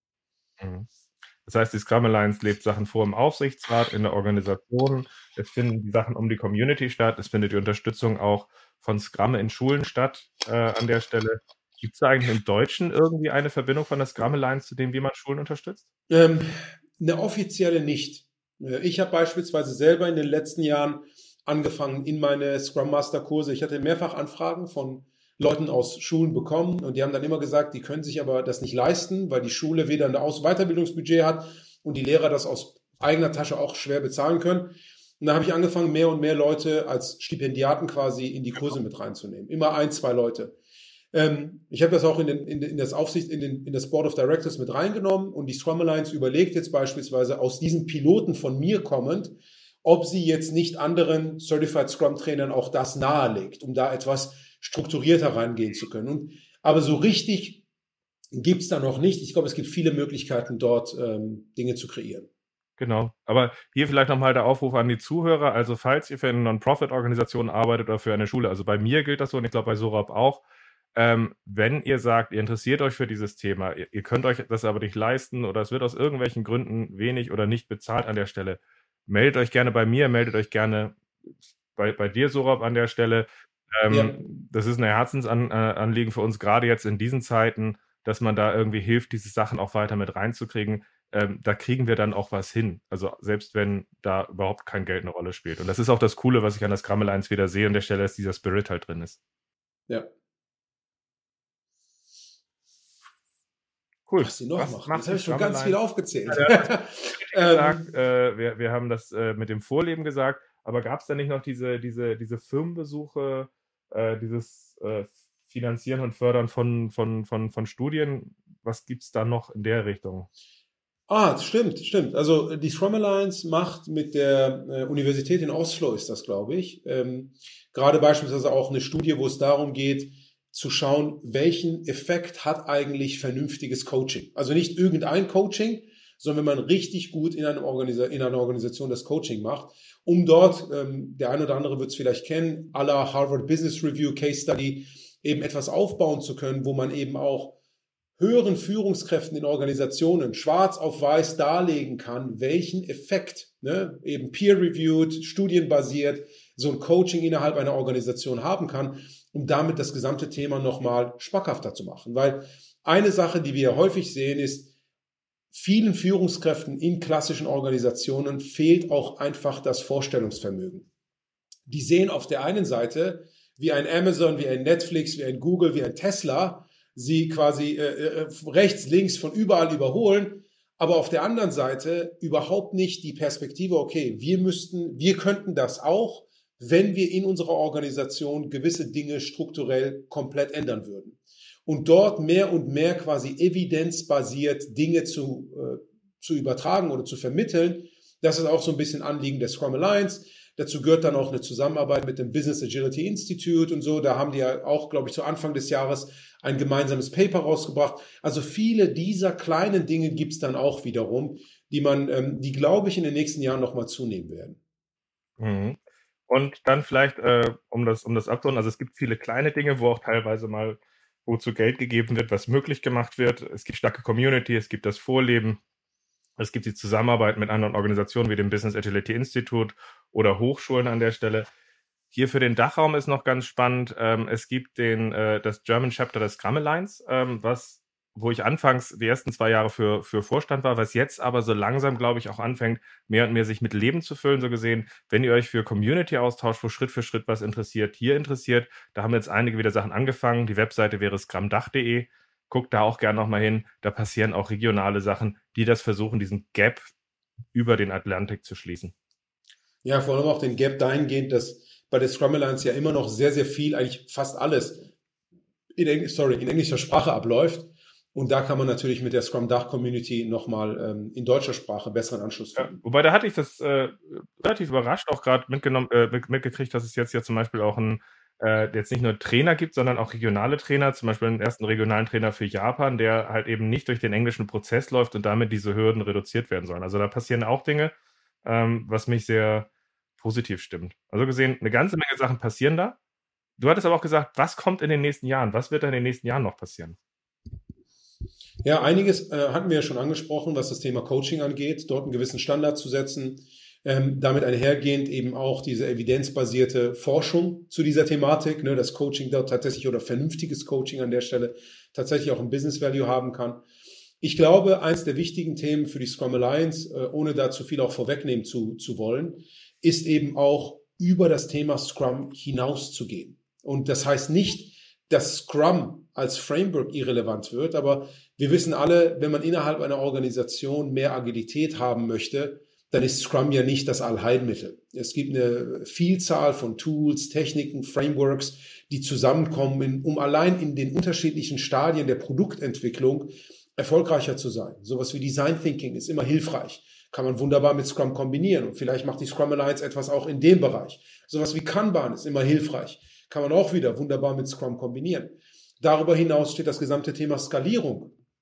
Mhm. Das heißt, die Scrum Alliance lebt Sachen vor im Aufsichtsrat, in der Organisation. Es finden die Sachen um die Community statt. Es findet die Unterstützung auch von Scrum in Schulen statt äh, an der Stelle. Gibt es da eigentlich im Deutschen irgendwie eine Verbindung von der Scrum Alliance zu dem, wie man Schulen unterstützt? Ähm, eine offizielle nicht. Ich habe beispielsweise selber in den letzten Jahren angefangen in meine Scrum Master Kurse. Ich hatte mehrfach Anfragen von Leuten aus Schulen bekommen und die haben dann immer gesagt, die können sich aber das nicht leisten, weil die Schule weder ein Aus- Weiterbildungsbudget hat und die Lehrer das aus eigener Tasche auch schwer bezahlen können. Und da habe ich angefangen, mehr und mehr Leute als Stipendiaten quasi in die Kurse mit reinzunehmen. Immer ein, zwei Leute. Ähm, ich habe das auch in, den, in, in das Aufsicht, in, den, in das Board of Directors mit reingenommen und die Scrum Alliance überlegt jetzt beispielsweise aus diesen Piloten von mir kommend, ob sie jetzt nicht anderen Certified Scrum Trainern auch das nahelegt, um da etwas strukturierter reingehen zu können. Und, aber so richtig gibt es da noch nicht. Ich glaube, es gibt viele Möglichkeiten, dort ähm, Dinge zu kreieren. Genau. Aber hier vielleicht nochmal der Aufruf an die Zuhörer. Also falls ihr für eine Non-Profit-Organisation arbeitet oder für eine Schule, also bei mir gilt das so und ich glaube bei Sorab auch, ähm, wenn ihr sagt, ihr interessiert euch für dieses Thema, ihr, ihr könnt euch das aber nicht leisten oder es wird aus irgendwelchen Gründen wenig oder nicht bezahlt an der Stelle, meldet euch gerne bei mir, meldet euch gerne bei, bei dir, Sorab, an der Stelle. Ähm, Ja. Das ist ein Herzensanliegen für uns, gerade jetzt in diesen Zeiten, dass man da irgendwie hilft, diese Sachen auch weiter mit reinzukriegen. Ähm, da kriegen wir dann auch was hin. Also selbst wenn da überhaupt kein Geld eine Rolle spielt. Und das ist auch das Coole, was ich an der Scrum Alliance wieder sehe an der Stelle, dass dieser Spirit halt drin ist. Ja. Cool. Was sie noch Was machen. macht Jetzt habe die ich schon Scrum ganz viel Alliance? aufgezählt. Ja, das hast du gesagt, äh, wir, wir haben das äh, mit dem Vorleben gesagt, aber gab es da nicht noch diese, diese, diese Firmenbesuche, äh, dieses äh, Finanzieren und Fördern von, von, von, von Studien? Was gibt es da noch in der Richtung? Ah, stimmt, stimmt. Also die Scrum Alliance macht mit der äh, Universität in Oslo, ist das, glaube ich, ähm, gerade beispielsweise auch eine Studie, wo es darum geht, zu schauen, welchen Effekt hat eigentlich vernünftiges Coaching. Also nicht irgendein Coaching, sondern wenn man richtig gut in, einem Organisa- in einer Organisation das Coaching macht, um dort, ähm, der eine oder andere wird es vielleicht kennen, à la Harvard Business Review Case Study, eben etwas aufbauen zu können, wo man eben auch höheren Führungskräften in Organisationen schwarz auf weiß darlegen kann, welchen Effekt, ne, eben peer-reviewed, studienbasiert, so ein Coaching innerhalb einer Organisation haben kann, um damit das gesamte Thema nochmal schmackhafter zu machen. Weil eine Sache, die wir häufig sehen, ist, vielen Führungskräften in klassischen Organisationen fehlt auch einfach das Vorstellungsvermögen. Die sehen auf der einen Seite, wie ein Amazon, wie ein Netflix, wie ein Google, wie ein Tesla, sie quasi äh, rechts, links von überall überholen, aber auf der anderen Seite überhaupt nicht die Perspektive, okay, wir müssten, wir könnten das auch, wenn wir in unserer Organisation gewisse Dinge strukturell komplett ändern würden. Und dort mehr und mehr quasi evidenzbasiert Dinge zu, äh, zu übertragen oder zu vermitteln, das ist auch so ein bisschen Anliegen der Scrum Alliance. Dazu gehört dann auch eine Zusammenarbeit mit dem Business Agility Institute und so. Da haben die ja auch, glaube ich, zu Anfang des Jahres ein gemeinsames Paper rausgebracht. Also viele dieser kleinen Dinge gibt es dann auch wiederum, die man, ähm, die, glaube ich, in den nächsten Jahren nochmal zunehmen werden. Mhm. Und dann vielleicht, äh, um das, um das abzuholen, also es gibt viele kleine Dinge, wo auch teilweise mal, wozu Geld gegeben wird, was möglich gemacht wird. Es gibt starke Community, es gibt das Vorleben, es gibt die Zusammenarbeit mit anderen Organisationen wie dem Business Agility Institute oder Hochschulen an der Stelle. Hier für den Dachraum ist noch ganz spannend, ähm, es gibt den, äh, das German Chapter des Scrum Alliance, ähm, was, wo ich anfangs die ersten zwei Jahre für, für Vorstand war, was jetzt aber so langsam, glaube ich, auch anfängt, mehr und mehr sich mit Leben zu füllen, so gesehen. Wenn ihr euch für Community-Austausch, wo Schritt für Schritt was interessiert, hier interessiert, da haben jetzt einige wieder Sachen angefangen. Die Webseite wäre scrumdach punkt de. Guckt da auch gerne nochmal hin. Da passieren auch regionale Sachen, die das versuchen, diesen Gap über den Atlantik zu schließen. Ja, vor allem auch den Gap dahingehend, dass bei der Scrum Alliance ja immer noch sehr, sehr viel, eigentlich fast alles in, Engl- sorry, in englischer Sprache abläuft. Und da kann man natürlich mit der Scrum-Dach-Community nochmal ähm, in deutscher Sprache besseren Anschluss Ja, finden. wobei da hatte ich das äh, relativ überrascht auch gerade mitgenommen, äh, mit- mitgekriegt, dass es jetzt ja zum Beispiel auch ein, äh, jetzt nicht nur Trainer gibt, sondern auch regionale Trainer, zum Beispiel einen ersten regionalen Trainer für Japan, der halt eben nicht durch den englischen Prozess läuft und damit diese Hürden reduziert werden sollen. Also da passieren auch Dinge, ähm, was mich sehr positiv stimmt. Also gesehen, eine ganze Menge Sachen passieren da. Du hattest aber auch gesagt, was kommt in den nächsten Jahren? Was wird da in den nächsten Jahren noch passieren? Ja, einiges äh, hatten wir ja schon angesprochen, was das Thema Coaching angeht, dort einen gewissen Standard zu setzen, ähm, damit einhergehend eben auch diese evidenzbasierte Forschung zu dieser Thematik, ne, dass Coaching dort tatsächlich oder vernünftiges Coaching an der Stelle tatsächlich auch ein Business Value haben kann. Ich glaube, eins der wichtigen Themen für die Scrum Alliance, äh, ohne da zu viel auch vorwegnehmen zu, zu wollen, ist eben auch über das Thema Scrum hinauszugehen. Und das heißt nicht, dass Scrum als Framework irrelevant wird, aber wir wissen alle, wenn man innerhalb einer Organisation mehr Agilität haben möchte, dann ist Scrum ja nicht das Allheilmittel. Es gibt eine Vielzahl von Tools, Techniken, Frameworks, die zusammenkommen, um allein in den unterschiedlichen Stadien der Produktentwicklung erfolgreicher zu sein. Sowas wie Design Thinking ist immer hilfreich. Kann man wunderbar mit Scrum kombinieren und vielleicht macht die Scrum Alliance etwas auch in dem Bereich. Sowas wie Kanban ist immer hilfreich. Kann man auch wieder wunderbar mit Scrum kombinieren. Darüber hinaus steht das gesamte Thema Skalierung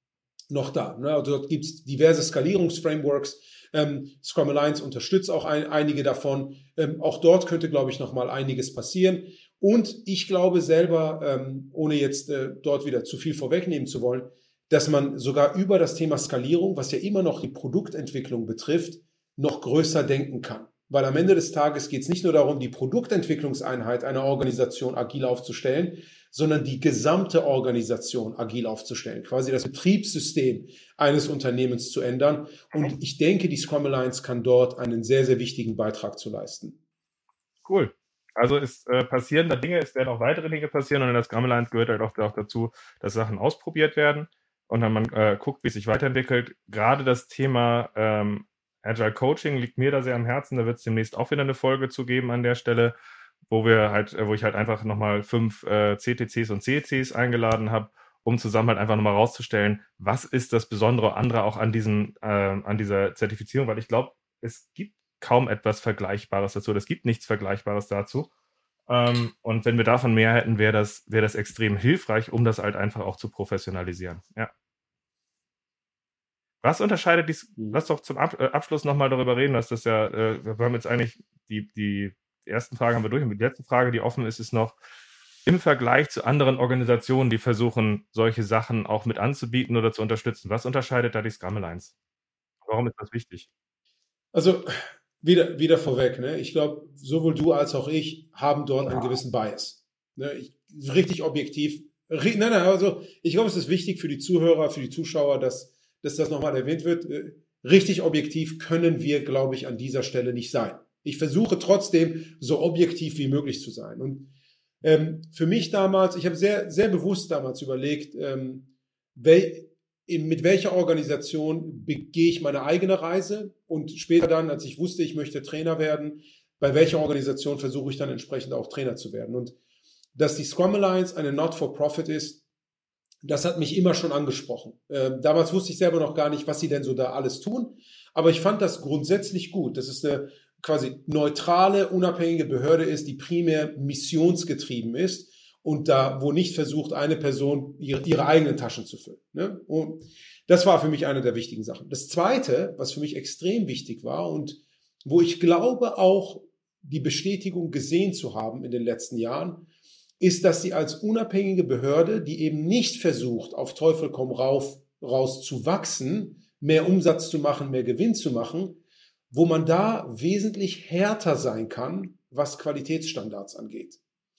noch da. Ne? Also dort gibt es diverse Skalierungsframeworks. Ähm, Scrum Alliance unterstützt auch ein, einige davon. Ähm, auch dort könnte, glaube ich, noch mal einiges passieren. Und ich glaube selber, ähm, ohne jetzt äh, dort wieder zu viel vorwegnehmen zu wollen, dass man sogar über das Thema Skalierung, was ja immer noch die Produktentwicklung betrifft, noch größer denken kann. Weil am Ende des Tages geht es nicht nur darum, die Produktentwicklungseinheit einer Organisation agil aufzustellen, sondern die gesamte Organisation agil aufzustellen, quasi das Betriebssystem eines Unternehmens zu ändern. Und ich denke, die Scrum Alliance kann dort einen sehr, sehr wichtigen Beitrag zu leisten. Cool. Also es äh, passieren da Dinge, es werden auch weitere Dinge passieren und in der Scrum Alliance gehört halt auch, auch dazu, dass Sachen ausprobiert werden und dann man äh, guckt, wie es sich weiterentwickelt. Gerade das Thema ähm, Agile Coaching liegt mir da sehr am Herzen. Da wird es demnächst auch wieder eine Folge zu geben an der Stelle, wo wir halt, wo ich halt einfach nochmal fünf äh, C T Cs und C E Cs eingeladen habe, um zusammen halt einfach nochmal rauszustellen, was ist das Besondere andere auch an diesem, äh, an dieser Zertifizierung, weil ich glaube, es gibt kaum etwas Vergleichbares dazu. Es gibt nichts Vergleichbares dazu. Ähm, und wenn wir davon mehr hätten, wäre das, wäre das extrem hilfreich, um das halt einfach auch zu professionalisieren. Ja. Was unterscheidet dies? Lass doch zum Ab- äh, Abschluss nochmal darüber reden, dass das ja, äh, wir haben jetzt eigentlich die, die ersten Fragen haben wir durch und die letzte Frage, die offen ist, ist noch im Vergleich zu anderen Organisationen, die versuchen, solche Sachen auch mit anzubieten oder zu unterstützen. Was unterscheidet da die Scrum Alliance? Warum ist das wichtig? Also wieder, wieder vorweg, ne? Ich glaube, sowohl du als auch ich haben dort einen gewissen Bias. Ne? Ich, richtig objektiv. Nein, nein, also ich glaube, es ist wichtig für die Zuhörer, für die Zuschauer, dass, dass das nochmal erwähnt wird. Richtig objektiv können wir, glaube ich, an dieser Stelle nicht sein. Ich versuche trotzdem, so objektiv wie möglich zu sein. Und ähm, für mich damals, ich habe sehr, sehr bewusst damals überlegt, ähm, wel, mit welcher Organisation begehe ich meine eigene Reise und später dann, als ich wusste, ich möchte Trainer werden, bei welcher Organisation versuche ich dann entsprechend auch Trainer zu werden. Und dass die Scrum Alliance eine Not-for-Profit ist, das hat mich immer schon angesprochen. Ähm, damals wusste ich selber noch gar nicht, was sie denn so da alles tun, aber ich fand das grundsätzlich gut. Das ist eine quasi neutrale, unabhängige Behörde ist, die primär missionsgetrieben ist und da, wo nicht versucht, eine Person ihre, ihre eigenen Taschen zu füllen. Ne? Und das war für mich eine der wichtigen Sachen. Das Zweite, was für mich extrem wichtig war und wo ich glaube auch die Bestätigung gesehen zu haben in den letzten Jahren, ist, dass sie als unabhängige Behörde, die eben nicht versucht, auf Teufel komm rauf, raus zu wachsen, mehr Umsatz zu machen, mehr Gewinn zu machen, wo man da wesentlich härter sein kann, was Qualitätsstandards angeht.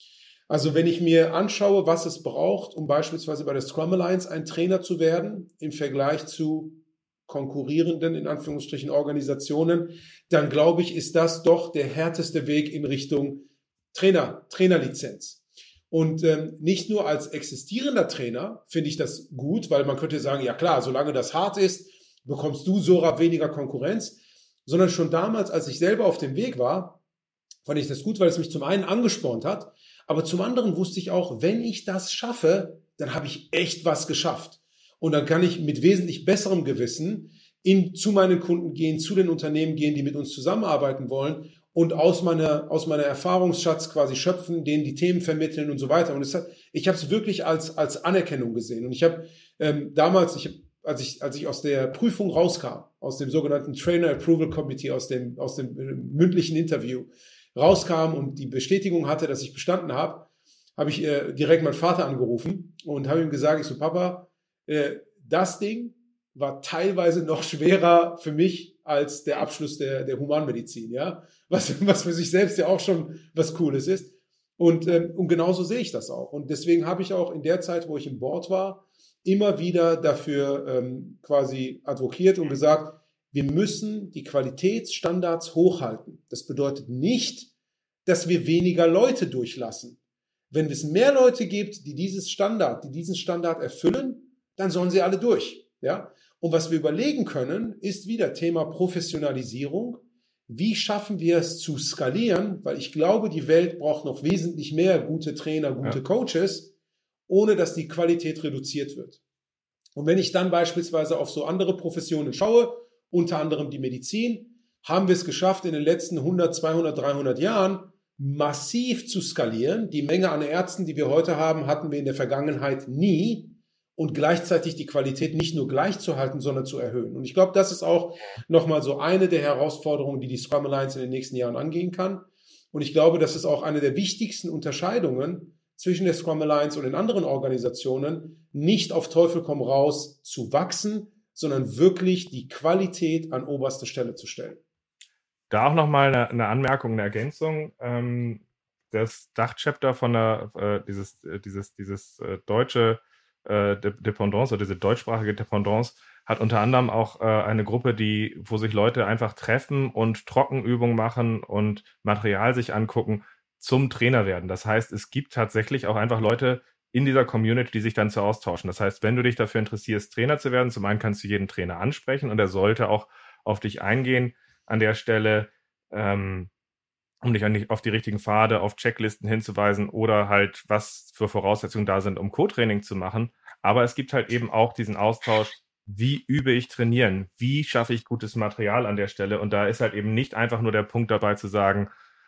Also wenn ich mir anschaue, was es braucht, um beispielsweise bei der Scrum Alliance ein Trainer zu werden, im Vergleich zu konkurrierenden, in Anführungsstrichen, Organisationen, dann glaube ich, ist das doch der härteste Weg in Richtung Trainer, Trainerlizenz. Und ähm, nicht nur als existierender Trainer finde ich das gut, weil man könnte sagen, ja klar, solange das hart ist, bekommst du so weniger Konkurrenz, sondern schon damals, als ich selber auf dem Weg war, fand ich das gut, weil es mich zum einen angespornt hat, aber zum anderen wusste ich auch, wenn ich das schaffe, dann habe ich echt was geschafft. Und dann kann ich mit wesentlich besserem Gewissen in, zu meinen Kunden gehen, zu den Unternehmen gehen, die mit uns zusammenarbeiten wollen und aus meiner, aus meiner Erfahrungsschatz quasi schöpfen, denen die Themen vermitteln und so weiter. Und es hat, ich habe es wirklich als, als Anerkennung gesehen. Und ich habe ähm, damals, ich hab, als ich, als ich aus der Prüfung rauskam, aus dem sogenannten Trainer Approval Committee, aus dem, aus dem äh, mündlichen Interview rauskam und die Bestätigung hatte, dass ich bestanden habe, habe ich äh, direkt meinen Vater angerufen und habe ihm gesagt, ich so, Papa, äh, das Ding war teilweise noch schwerer für mich als der Abschluss der, der Humanmedizin, ja, was, was für sich selbst ja auch schon was Cooles ist. Und, ähm, und genauso sehe ich das auch. Und deswegen habe ich auch in der Zeit, wo ich im Board war, immer wieder dafür ähm, quasi advokiert und gesagt, wir müssen die Qualitätsstandards hochhalten. Das bedeutet nicht, dass wir weniger Leute durchlassen. Wenn es mehr Leute gibt, die dieses Standard, die diesen Standard erfüllen, dann sollen sie alle durch. Ja? Und was wir überlegen können, ist wieder Thema Professionalisierung. Wie schaffen wir es zu skalieren? Weil ich glaube, die Welt braucht noch wesentlich mehr gute Trainer, gute ja. Coaches, ohne dass die Qualität reduziert wird. Und wenn ich dann beispielsweise auf so andere Professionen schaue, unter anderem die Medizin, haben wir es geschafft, in den letzten hundert, zweihundert, dreihundert Jahren massiv zu skalieren. Die Menge an Ärzten, die wir heute haben, hatten wir in der Vergangenheit nie. und gleichzeitig die Qualität nicht nur gleich zu halten, sondern zu erhöhen. Und ich glaube, das ist auch nochmal so eine der Herausforderungen, die die Scrum Alliance in den nächsten Jahren angehen kann. Und ich glaube, das ist auch eine der wichtigsten Unterscheidungen zwischen der Scrum Alliance und den anderen Organisationen, nicht auf Teufel komm raus zu wachsen, sondern wirklich die Qualität an oberste Stelle zu stellen. Da auch nochmal eine, eine Anmerkung, eine Ergänzung. Ähm, das Dachchapter von der, äh, dieses, äh, dieses, dieses äh, deutsche äh, Dependance oder diese deutschsprachige Dependance hat unter anderem auch äh, eine Gruppe, die, wo sich Leute einfach treffen und Trockenübungen machen und Material sich angucken, zum Trainer werden. Das heißt, es gibt tatsächlich auch einfach Leute in dieser Community, die sich dann zu austauschen. Das heißt, wenn du dich dafür interessierst, Trainer zu werden, zum einen kannst du jeden Trainer ansprechen und er sollte auch auf dich eingehen an der Stelle, ähm, um dich an die, auf die richtigen Pfade, auf Checklisten hinzuweisen oder halt, was für Voraussetzungen da sind, um Co-Training zu machen. Aber es gibt halt eben auch diesen Austausch, wie übe ich trainieren? Wie schaffe ich gutes Material an der Stelle? Und da ist halt eben nicht einfach nur der Punkt dabei zu sagen,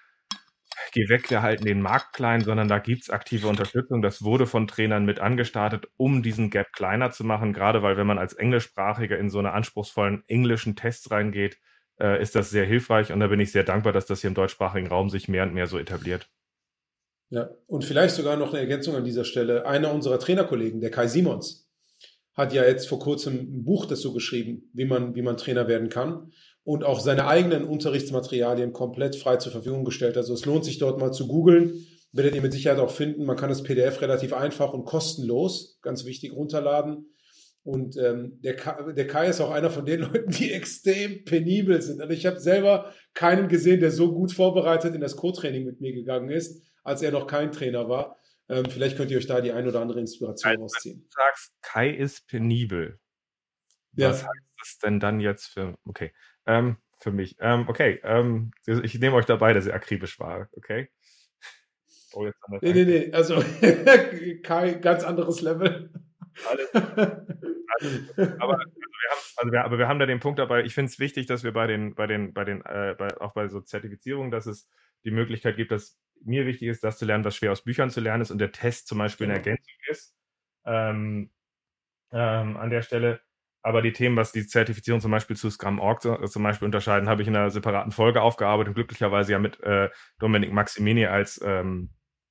geh weg, wir halten den Markt klein, sondern da gibt's aktive Unterstützung. Das wurde von Trainern mit angestartet, um diesen Gap kleiner zu machen. Gerade weil, wenn man als Englischsprachiger in so eine anspruchsvollen englischen Tests reingeht, äh, ist das sehr hilfreich. Und da bin ich sehr dankbar, dass das hier im deutschsprachigen Raum sich mehr und mehr so etabliert. Ja, und vielleicht sogar noch eine Ergänzung an dieser Stelle. Einer unserer Trainerkollegen, der Kai Simons, hat ja jetzt vor kurzem ein Buch dazu geschrieben, wie man, wie man Trainer werden kann und auch seine eigenen Unterrichtsmaterialien komplett frei zur Verfügung gestellt. Also es lohnt sich dort mal zu googeln, werdet ihr mit Sicherheit auch finden. Man kann das P D F relativ einfach und kostenlos, ganz wichtig, runterladen. Und ähm, der, Kai, der Kai ist auch einer von den Leuten, die extrem penibel sind. Also ich habe selber keinen gesehen, der so gut vorbereitet in das Co-Training mit mir gegangen ist, als er noch kein Trainer war. Ähm, vielleicht könnt ihr euch da die ein oder andere Inspiration also, rausziehen. Wenn du sagst, Kai ist penibel, ja. Was heißt das denn dann jetzt für, okay, ähm, für mich? Ähm, okay, ähm, ich nehme euch dabei, dass ihr akribisch war, okay? Oh, jetzt haben wir nee, nee, nee, also Kai, ganz anderes Level. Alles, alles. Aber, also wir haben, also wir, aber wir haben da den Punkt dabei, ich finde es wichtig, dass wir bei den, bei den, bei den, äh, bei, auch bei so Zertifizierungen, dass es die Möglichkeit gibt, dass mir wichtig ist, das zu lernen, was schwer aus Büchern zu lernen ist und der Test zum Beispiel eine Ergänzung ist ähm, ähm, an der Stelle. Aber die Themen, was die Zertifizierung zum Beispiel zu Scrum Punkt org zum Beispiel unterscheiden, habe ich in einer separaten Folge aufgearbeitet und glücklicherweise ja mit äh, Dominik Maximini als, ähm,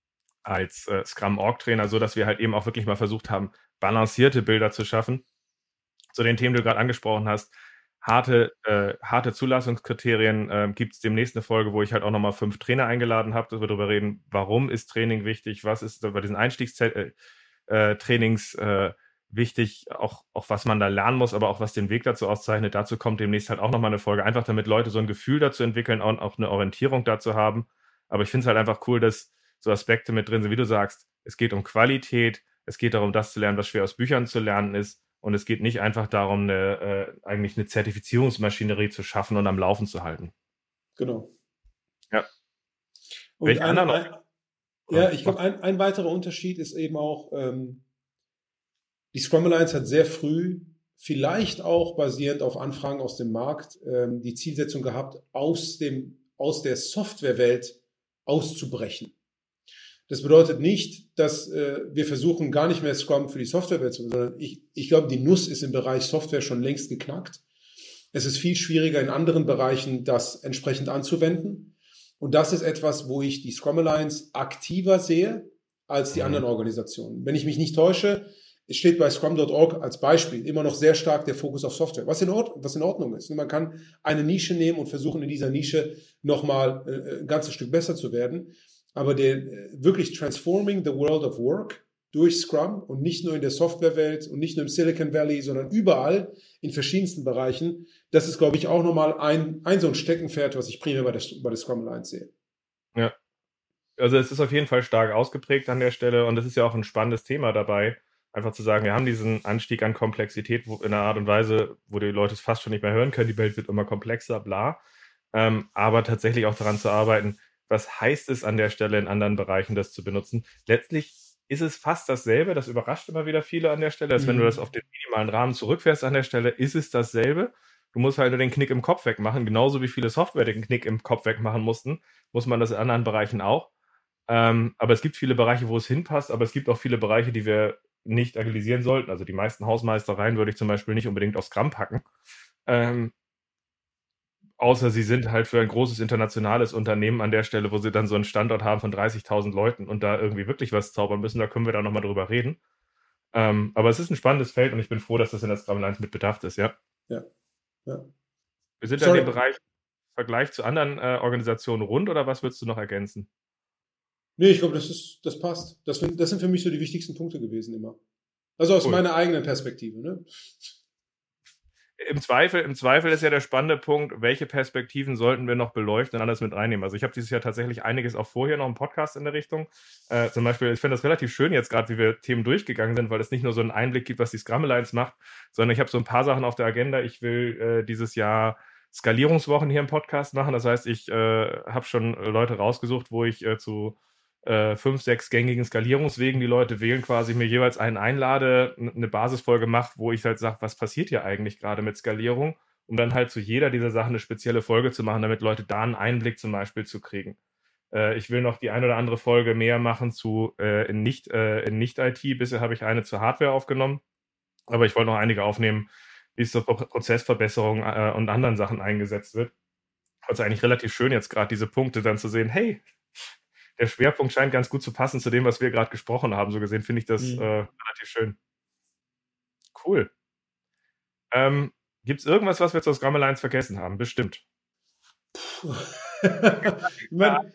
als äh, Scrum Punkt org-Trainer, so dass wir halt eben auch wirklich mal versucht haben, balancierte Bilder zu schaffen. Zu den Themen, die du gerade angesprochen hast, harte, äh, harte Zulassungskriterien, äh, gibt es demnächst eine Folge, wo ich halt auch nochmal fünf Trainer eingeladen habe, dass wir darüber reden, warum ist Training wichtig, was ist bei diesen Einstiegstrainings äh, äh, wichtig, auch, auch was man da lernen muss, aber auch was den Weg dazu auszeichnet. Dazu kommt demnächst halt auch nochmal eine Folge, einfach damit Leute so ein Gefühl dazu entwickeln und auch eine Orientierung dazu haben. Aber ich finde es halt einfach cool, dass so Aspekte mit drin sind, wie du sagst, es geht um Qualität, es geht darum, das zu lernen, was schwer aus Büchern zu lernen ist. Und es geht nicht einfach darum, eine, äh, eigentlich eine Zertifizierungsmaschinerie zu schaffen und am Laufen zu halten. Genau. Ja. Und ein, ein, ja, ich glaube, ein, ein weiterer Unterschied ist eben auch, ähm, die Scrum Alliance hat sehr früh, vielleicht auch basierend auf Anfragen aus dem Markt, ähm, die Zielsetzung gehabt, aus dem, aus der Softwarewelt auszubrechen. Das bedeutet nicht, dass äh, wir versuchen, gar nicht mehr Scrum für die Softwarewelt zu machen, sondern ich, ich glaube, die Nuss ist im Bereich Software schon längst geknackt. Es ist viel schwieriger in anderen Bereichen, das entsprechend anzuwenden. Und das ist etwas, wo ich die Scrum Alliance aktiver sehe als die anderen Organisationen. Wenn ich mich nicht täusche, es steht bei Scrum Punkt org als Beispiel immer noch sehr stark der Fokus auf Software, was in, Ord- was in Ordnung ist. Man kann eine Nische nehmen und versuchen, in dieser Nische nochmal äh, ein ganzes Stück besser zu werden. Aber der wirklich transforming the world of work durch Scrum und nicht nur in der Softwarewelt und nicht nur im Silicon Valley, sondern überall in verschiedensten Bereichen, das ist, glaube ich, auch nochmal ein, ein so ein Steckenpferd, was ich primär bei der, bei der Scrum Alliance sehe. Ja, also es ist auf jeden Fall stark ausgeprägt an der Stelle und es ist ja auch ein spannendes Thema dabei, einfach zu sagen, wir haben diesen Anstieg an Komplexität wo, in einer Art und Weise, wo die Leute es fast schon nicht mehr hören können, die Welt wird immer komplexer, bla, ähm, aber tatsächlich auch daran zu arbeiten, was heißt es an der Stelle in anderen Bereichen, das zu benutzen? Letztlich ist es fast dasselbe, das überrascht immer wieder viele an der Stelle, dass mhm. wenn du das auf den minimalen Rahmen zurückfährst an der Stelle, ist es dasselbe. Du musst halt nur den Knick im Kopf wegmachen, genauso wie viele Software den Knick im Kopf wegmachen mussten, muss man das in anderen Bereichen auch. Ähm, aber es gibt viele Bereiche, wo es hinpasst, aber es gibt auch viele Bereiche, die wir nicht agilisieren sollten. Also die meisten Hausmeistereien würde ich zum Beispiel nicht unbedingt auf Scrum packen. Ähm, außer sie sind halt für ein großes internationales Unternehmen an der Stelle, wo sie dann so einen Standort haben von dreißigtausend Leuten und da irgendwie wirklich was zaubern müssen. Da können wir dann nochmal drüber reden. Ähm, aber es ist ein spannendes Feld und ich bin froh, dass das in der Scrum Alliance mit bedacht ist, ja. Ja. ja. Wir sind da Sorry. in dem Bereich Vergleich zu anderen äh, Organisationen rund oder was würdest du noch ergänzen? Nee, ich glaube, das ist, das passt. Das, das sind für mich so die wichtigsten Punkte gewesen immer. Also aus Cool. meiner eigenen Perspektive, ne? Im Zweifel, im Zweifel ist ja der spannende Punkt, welche Perspektiven sollten wir noch beleuchten und alles mit reinnehmen. Also ich habe dieses Jahr tatsächlich einiges auch vorher noch im Podcast in der Richtung. Äh, zum Beispiel, ich finde das relativ schön jetzt gerade, wie wir Themen durchgegangen sind, weil es nicht nur so einen Einblick gibt, was die Scrum Alliance macht, sondern ich habe so ein paar Sachen auf der Agenda. Ich will äh, dieses Jahr Skalierungswochen hier im Podcast machen. Das heißt, ich äh, habe schon Leute rausgesucht, wo ich äh, zu äh, fünf, sechs gängigen Skalierungswegen die Leute wählen, quasi mir jeweils einen einlade, n- eine Basisfolge mache, wo ich halt sage, was passiert hier eigentlich gerade mit Skalierung, um dann halt zu jeder dieser Sachen eine spezielle Folge zu machen, damit Leute da einen Einblick zum Beispiel zu kriegen. Äh, ich will noch die ein oder andere Folge mehr machen zu äh, in nicht äh, in nicht-I T. Bisher habe ich eine zur Hardware aufgenommen, aber ich wollte noch einige aufnehmen, wie es zur Pro Prozessverbesserung äh, und anderen Sachen eingesetzt wird. Also eigentlich relativ schön jetzt gerade diese Punkte dann zu sehen, hey, der Schwerpunkt scheint ganz gut zu passen zu dem, was wir gerade gesprochen haben. So gesehen finde ich das Mhm. äh, relativ schön. Cool. Ähm, Gibt es irgendwas, was wir zur Scrum Alliance vergessen haben? Bestimmt. ich meine,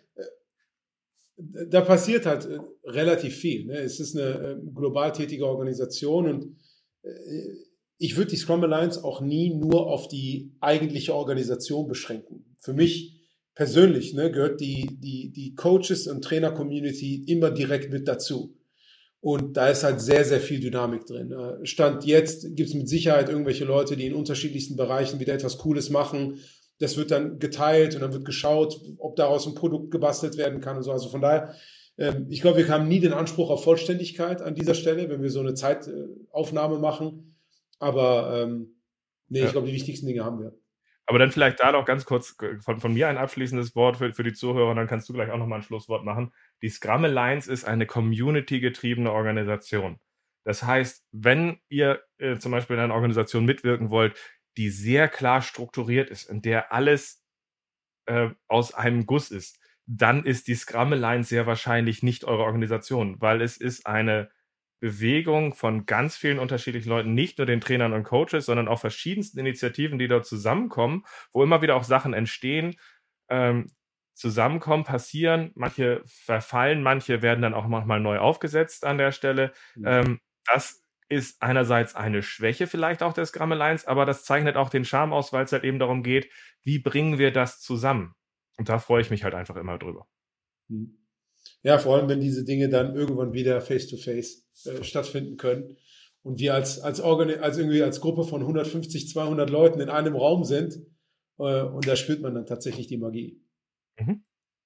da passiert halt äh, relativ viel. Ne? Es ist eine äh, global tätige Organisation und äh, ich würde die Scrum Alliance auch nie nur auf die eigentliche Organisation beschränken. Für mich persönlich ne, gehört die, die, die Coaches- und Trainer-Community immer direkt mit dazu. Und da ist halt sehr, sehr viel Dynamik drin. Äh, Stand jetzt gibt es mit Sicherheit irgendwelche Leute, die in unterschiedlichsten Bereichen wieder etwas Cooles machen. Das wird dann geteilt und dann wird geschaut, ob daraus ein Produkt gebastelt werden kann und so. Also von daher, ähm, ich glaube, wir haben nie den Anspruch auf Vollständigkeit an dieser Stelle, wenn wir so eine Zeitaufnahme machen. Aber ähm, nee, Ja. ich glaube, die wichtigsten Dinge haben wir. Aber dann vielleicht da noch ganz kurz von, von mir ein abschließendes Wort für, für die Zuhörer und dann kannst du gleich auch nochmal ein Schlusswort machen. Die Scrum Alliance ist eine community-getriebene Organisation. Das heißt, wenn ihr äh, zum Beispiel in einer Organisation mitwirken wollt, die sehr klar strukturiert ist, in der alles äh, aus einem Guss ist, dann ist die Scrum Alliance sehr wahrscheinlich nicht eure Organisation, weil es ist eine Bewegung von ganz vielen unterschiedlichen Leuten, nicht nur den Trainern und Coaches, sondern auch verschiedensten Initiativen, die dort zusammenkommen, wo immer wieder auch Sachen entstehen, ähm, zusammenkommen, passieren, manche verfallen, manche werden dann auch manchmal neu aufgesetzt an der Stelle. Mhm. Ähm, das ist einerseits eine Schwäche vielleicht auch der Scrum Alliance, aber das zeichnet auch den Charme aus, weil es halt eben darum geht, wie bringen wir das zusammen? Und da freue ich mich halt einfach immer drüber. Mhm. Ja, vor allem, wenn diese Dinge dann irgendwann wieder face-to-face äh, stattfinden können und wir als, als, Organi- als, irgendwie als Gruppe von hundertfünfzig, zweihundert Leuten in einem Raum sind äh, und da spürt man dann tatsächlich die Magie. Mhm.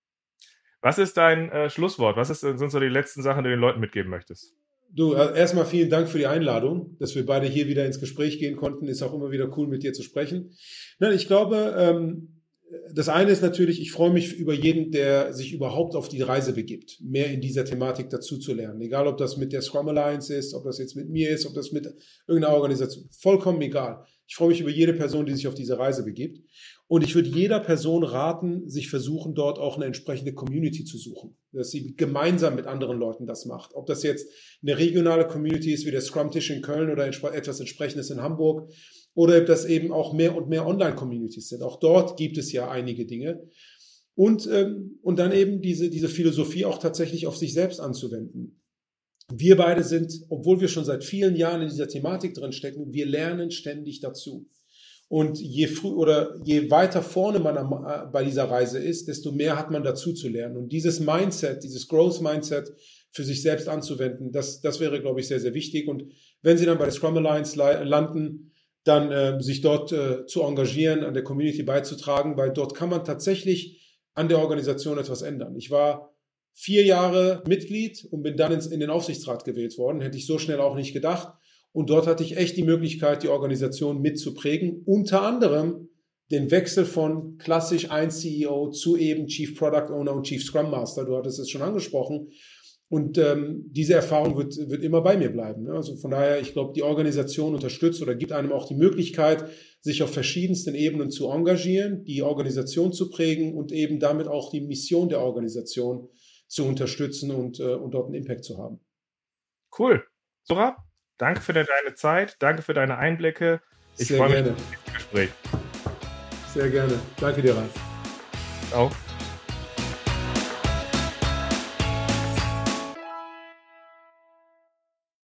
Was ist dein äh, Schlusswort? Was ist, sind so die letzten Sachen, die du den Leuten mitgeben möchtest? Du, äh, erstmal vielen Dank für die Einladung, dass wir beide hier wieder ins Gespräch gehen konnten. Ist auch immer wieder cool, mit dir zu sprechen. Nein, ich glaube, ähm, das eine ist natürlich, ich freue mich über jeden, der sich überhaupt auf die Reise begibt, mehr in dieser Thematik dazu zu lernen. Egal, ob das mit der Scrum Alliance ist, ob das jetzt mit mir ist, ob das mit irgendeiner Organisation, vollkommen egal. Ich freue mich über jede Person, die sich auf diese Reise begibt. Und ich würde jeder Person raten, sich versuchen, dort auch eine entsprechende Community zu suchen, dass sie gemeinsam mit anderen Leuten das macht. Ob das jetzt eine regionale Community ist, wie der Scrum-Tisch in Köln oder etwas Entsprechendes in Hamburg, oder ob das eben auch mehr und mehr Online-Communities sind. Auch dort gibt es ja einige Dinge. Und, ähm, und dann eben diese, diese Philosophie auch tatsächlich auf sich selbst anzuwenden. Wir beide sind, obwohl wir schon seit vielen Jahren in dieser Thematik drin stecken, wir lernen ständig dazu. Und je früh oder je weiter vorne man am, bei dieser Reise ist, desto mehr hat man dazu zu lernen. Und dieses Mindset, dieses Growth-Mindset für sich selbst anzuwenden, das, das wäre, glaube ich, sehr, sehr wichtig. Und wenn Sie dann bei der Scrum Alliance landen, dann äh, sich dort äh, zu engagieren, an der Community beizutragen, weil dort kann man tatsächlich an der Organisation etwas ändern. Ich war vier Jahre Mitglied und bin dann ins, in den Aufsichtsrat gewählt worden, hätte ich so schnell auch nicht gedacht. Und dort hatte ich echt die Möglichkeit, die Organisation mitzuprägen, unter anderem den Wechsel von klassisch ein C E O zu eben Chief Product Owner und Chief Scrum Master. Du hattest es schon angesprochen. Und ähm, diese Erfahrung wird, wird immer bei mir bleiben. Ne? Also von daher, ich glaube, die Organisation unterstützt oder gibt einem auch die Möglichkeit, sich auf verschiedensten Ebenen zu engagieren, die Organisation zu prägen und eben damit auch die Mission der Organisation zu unterstützen und, äh, und dort einen Impact zu haben. Cool. Zurab, danke für deine Zeit, danke für deine Einblicke. Ich Sehr freue mich gerne. auf das Gespräch. Sehr gerne. Danke dir, Ralf. Ciao.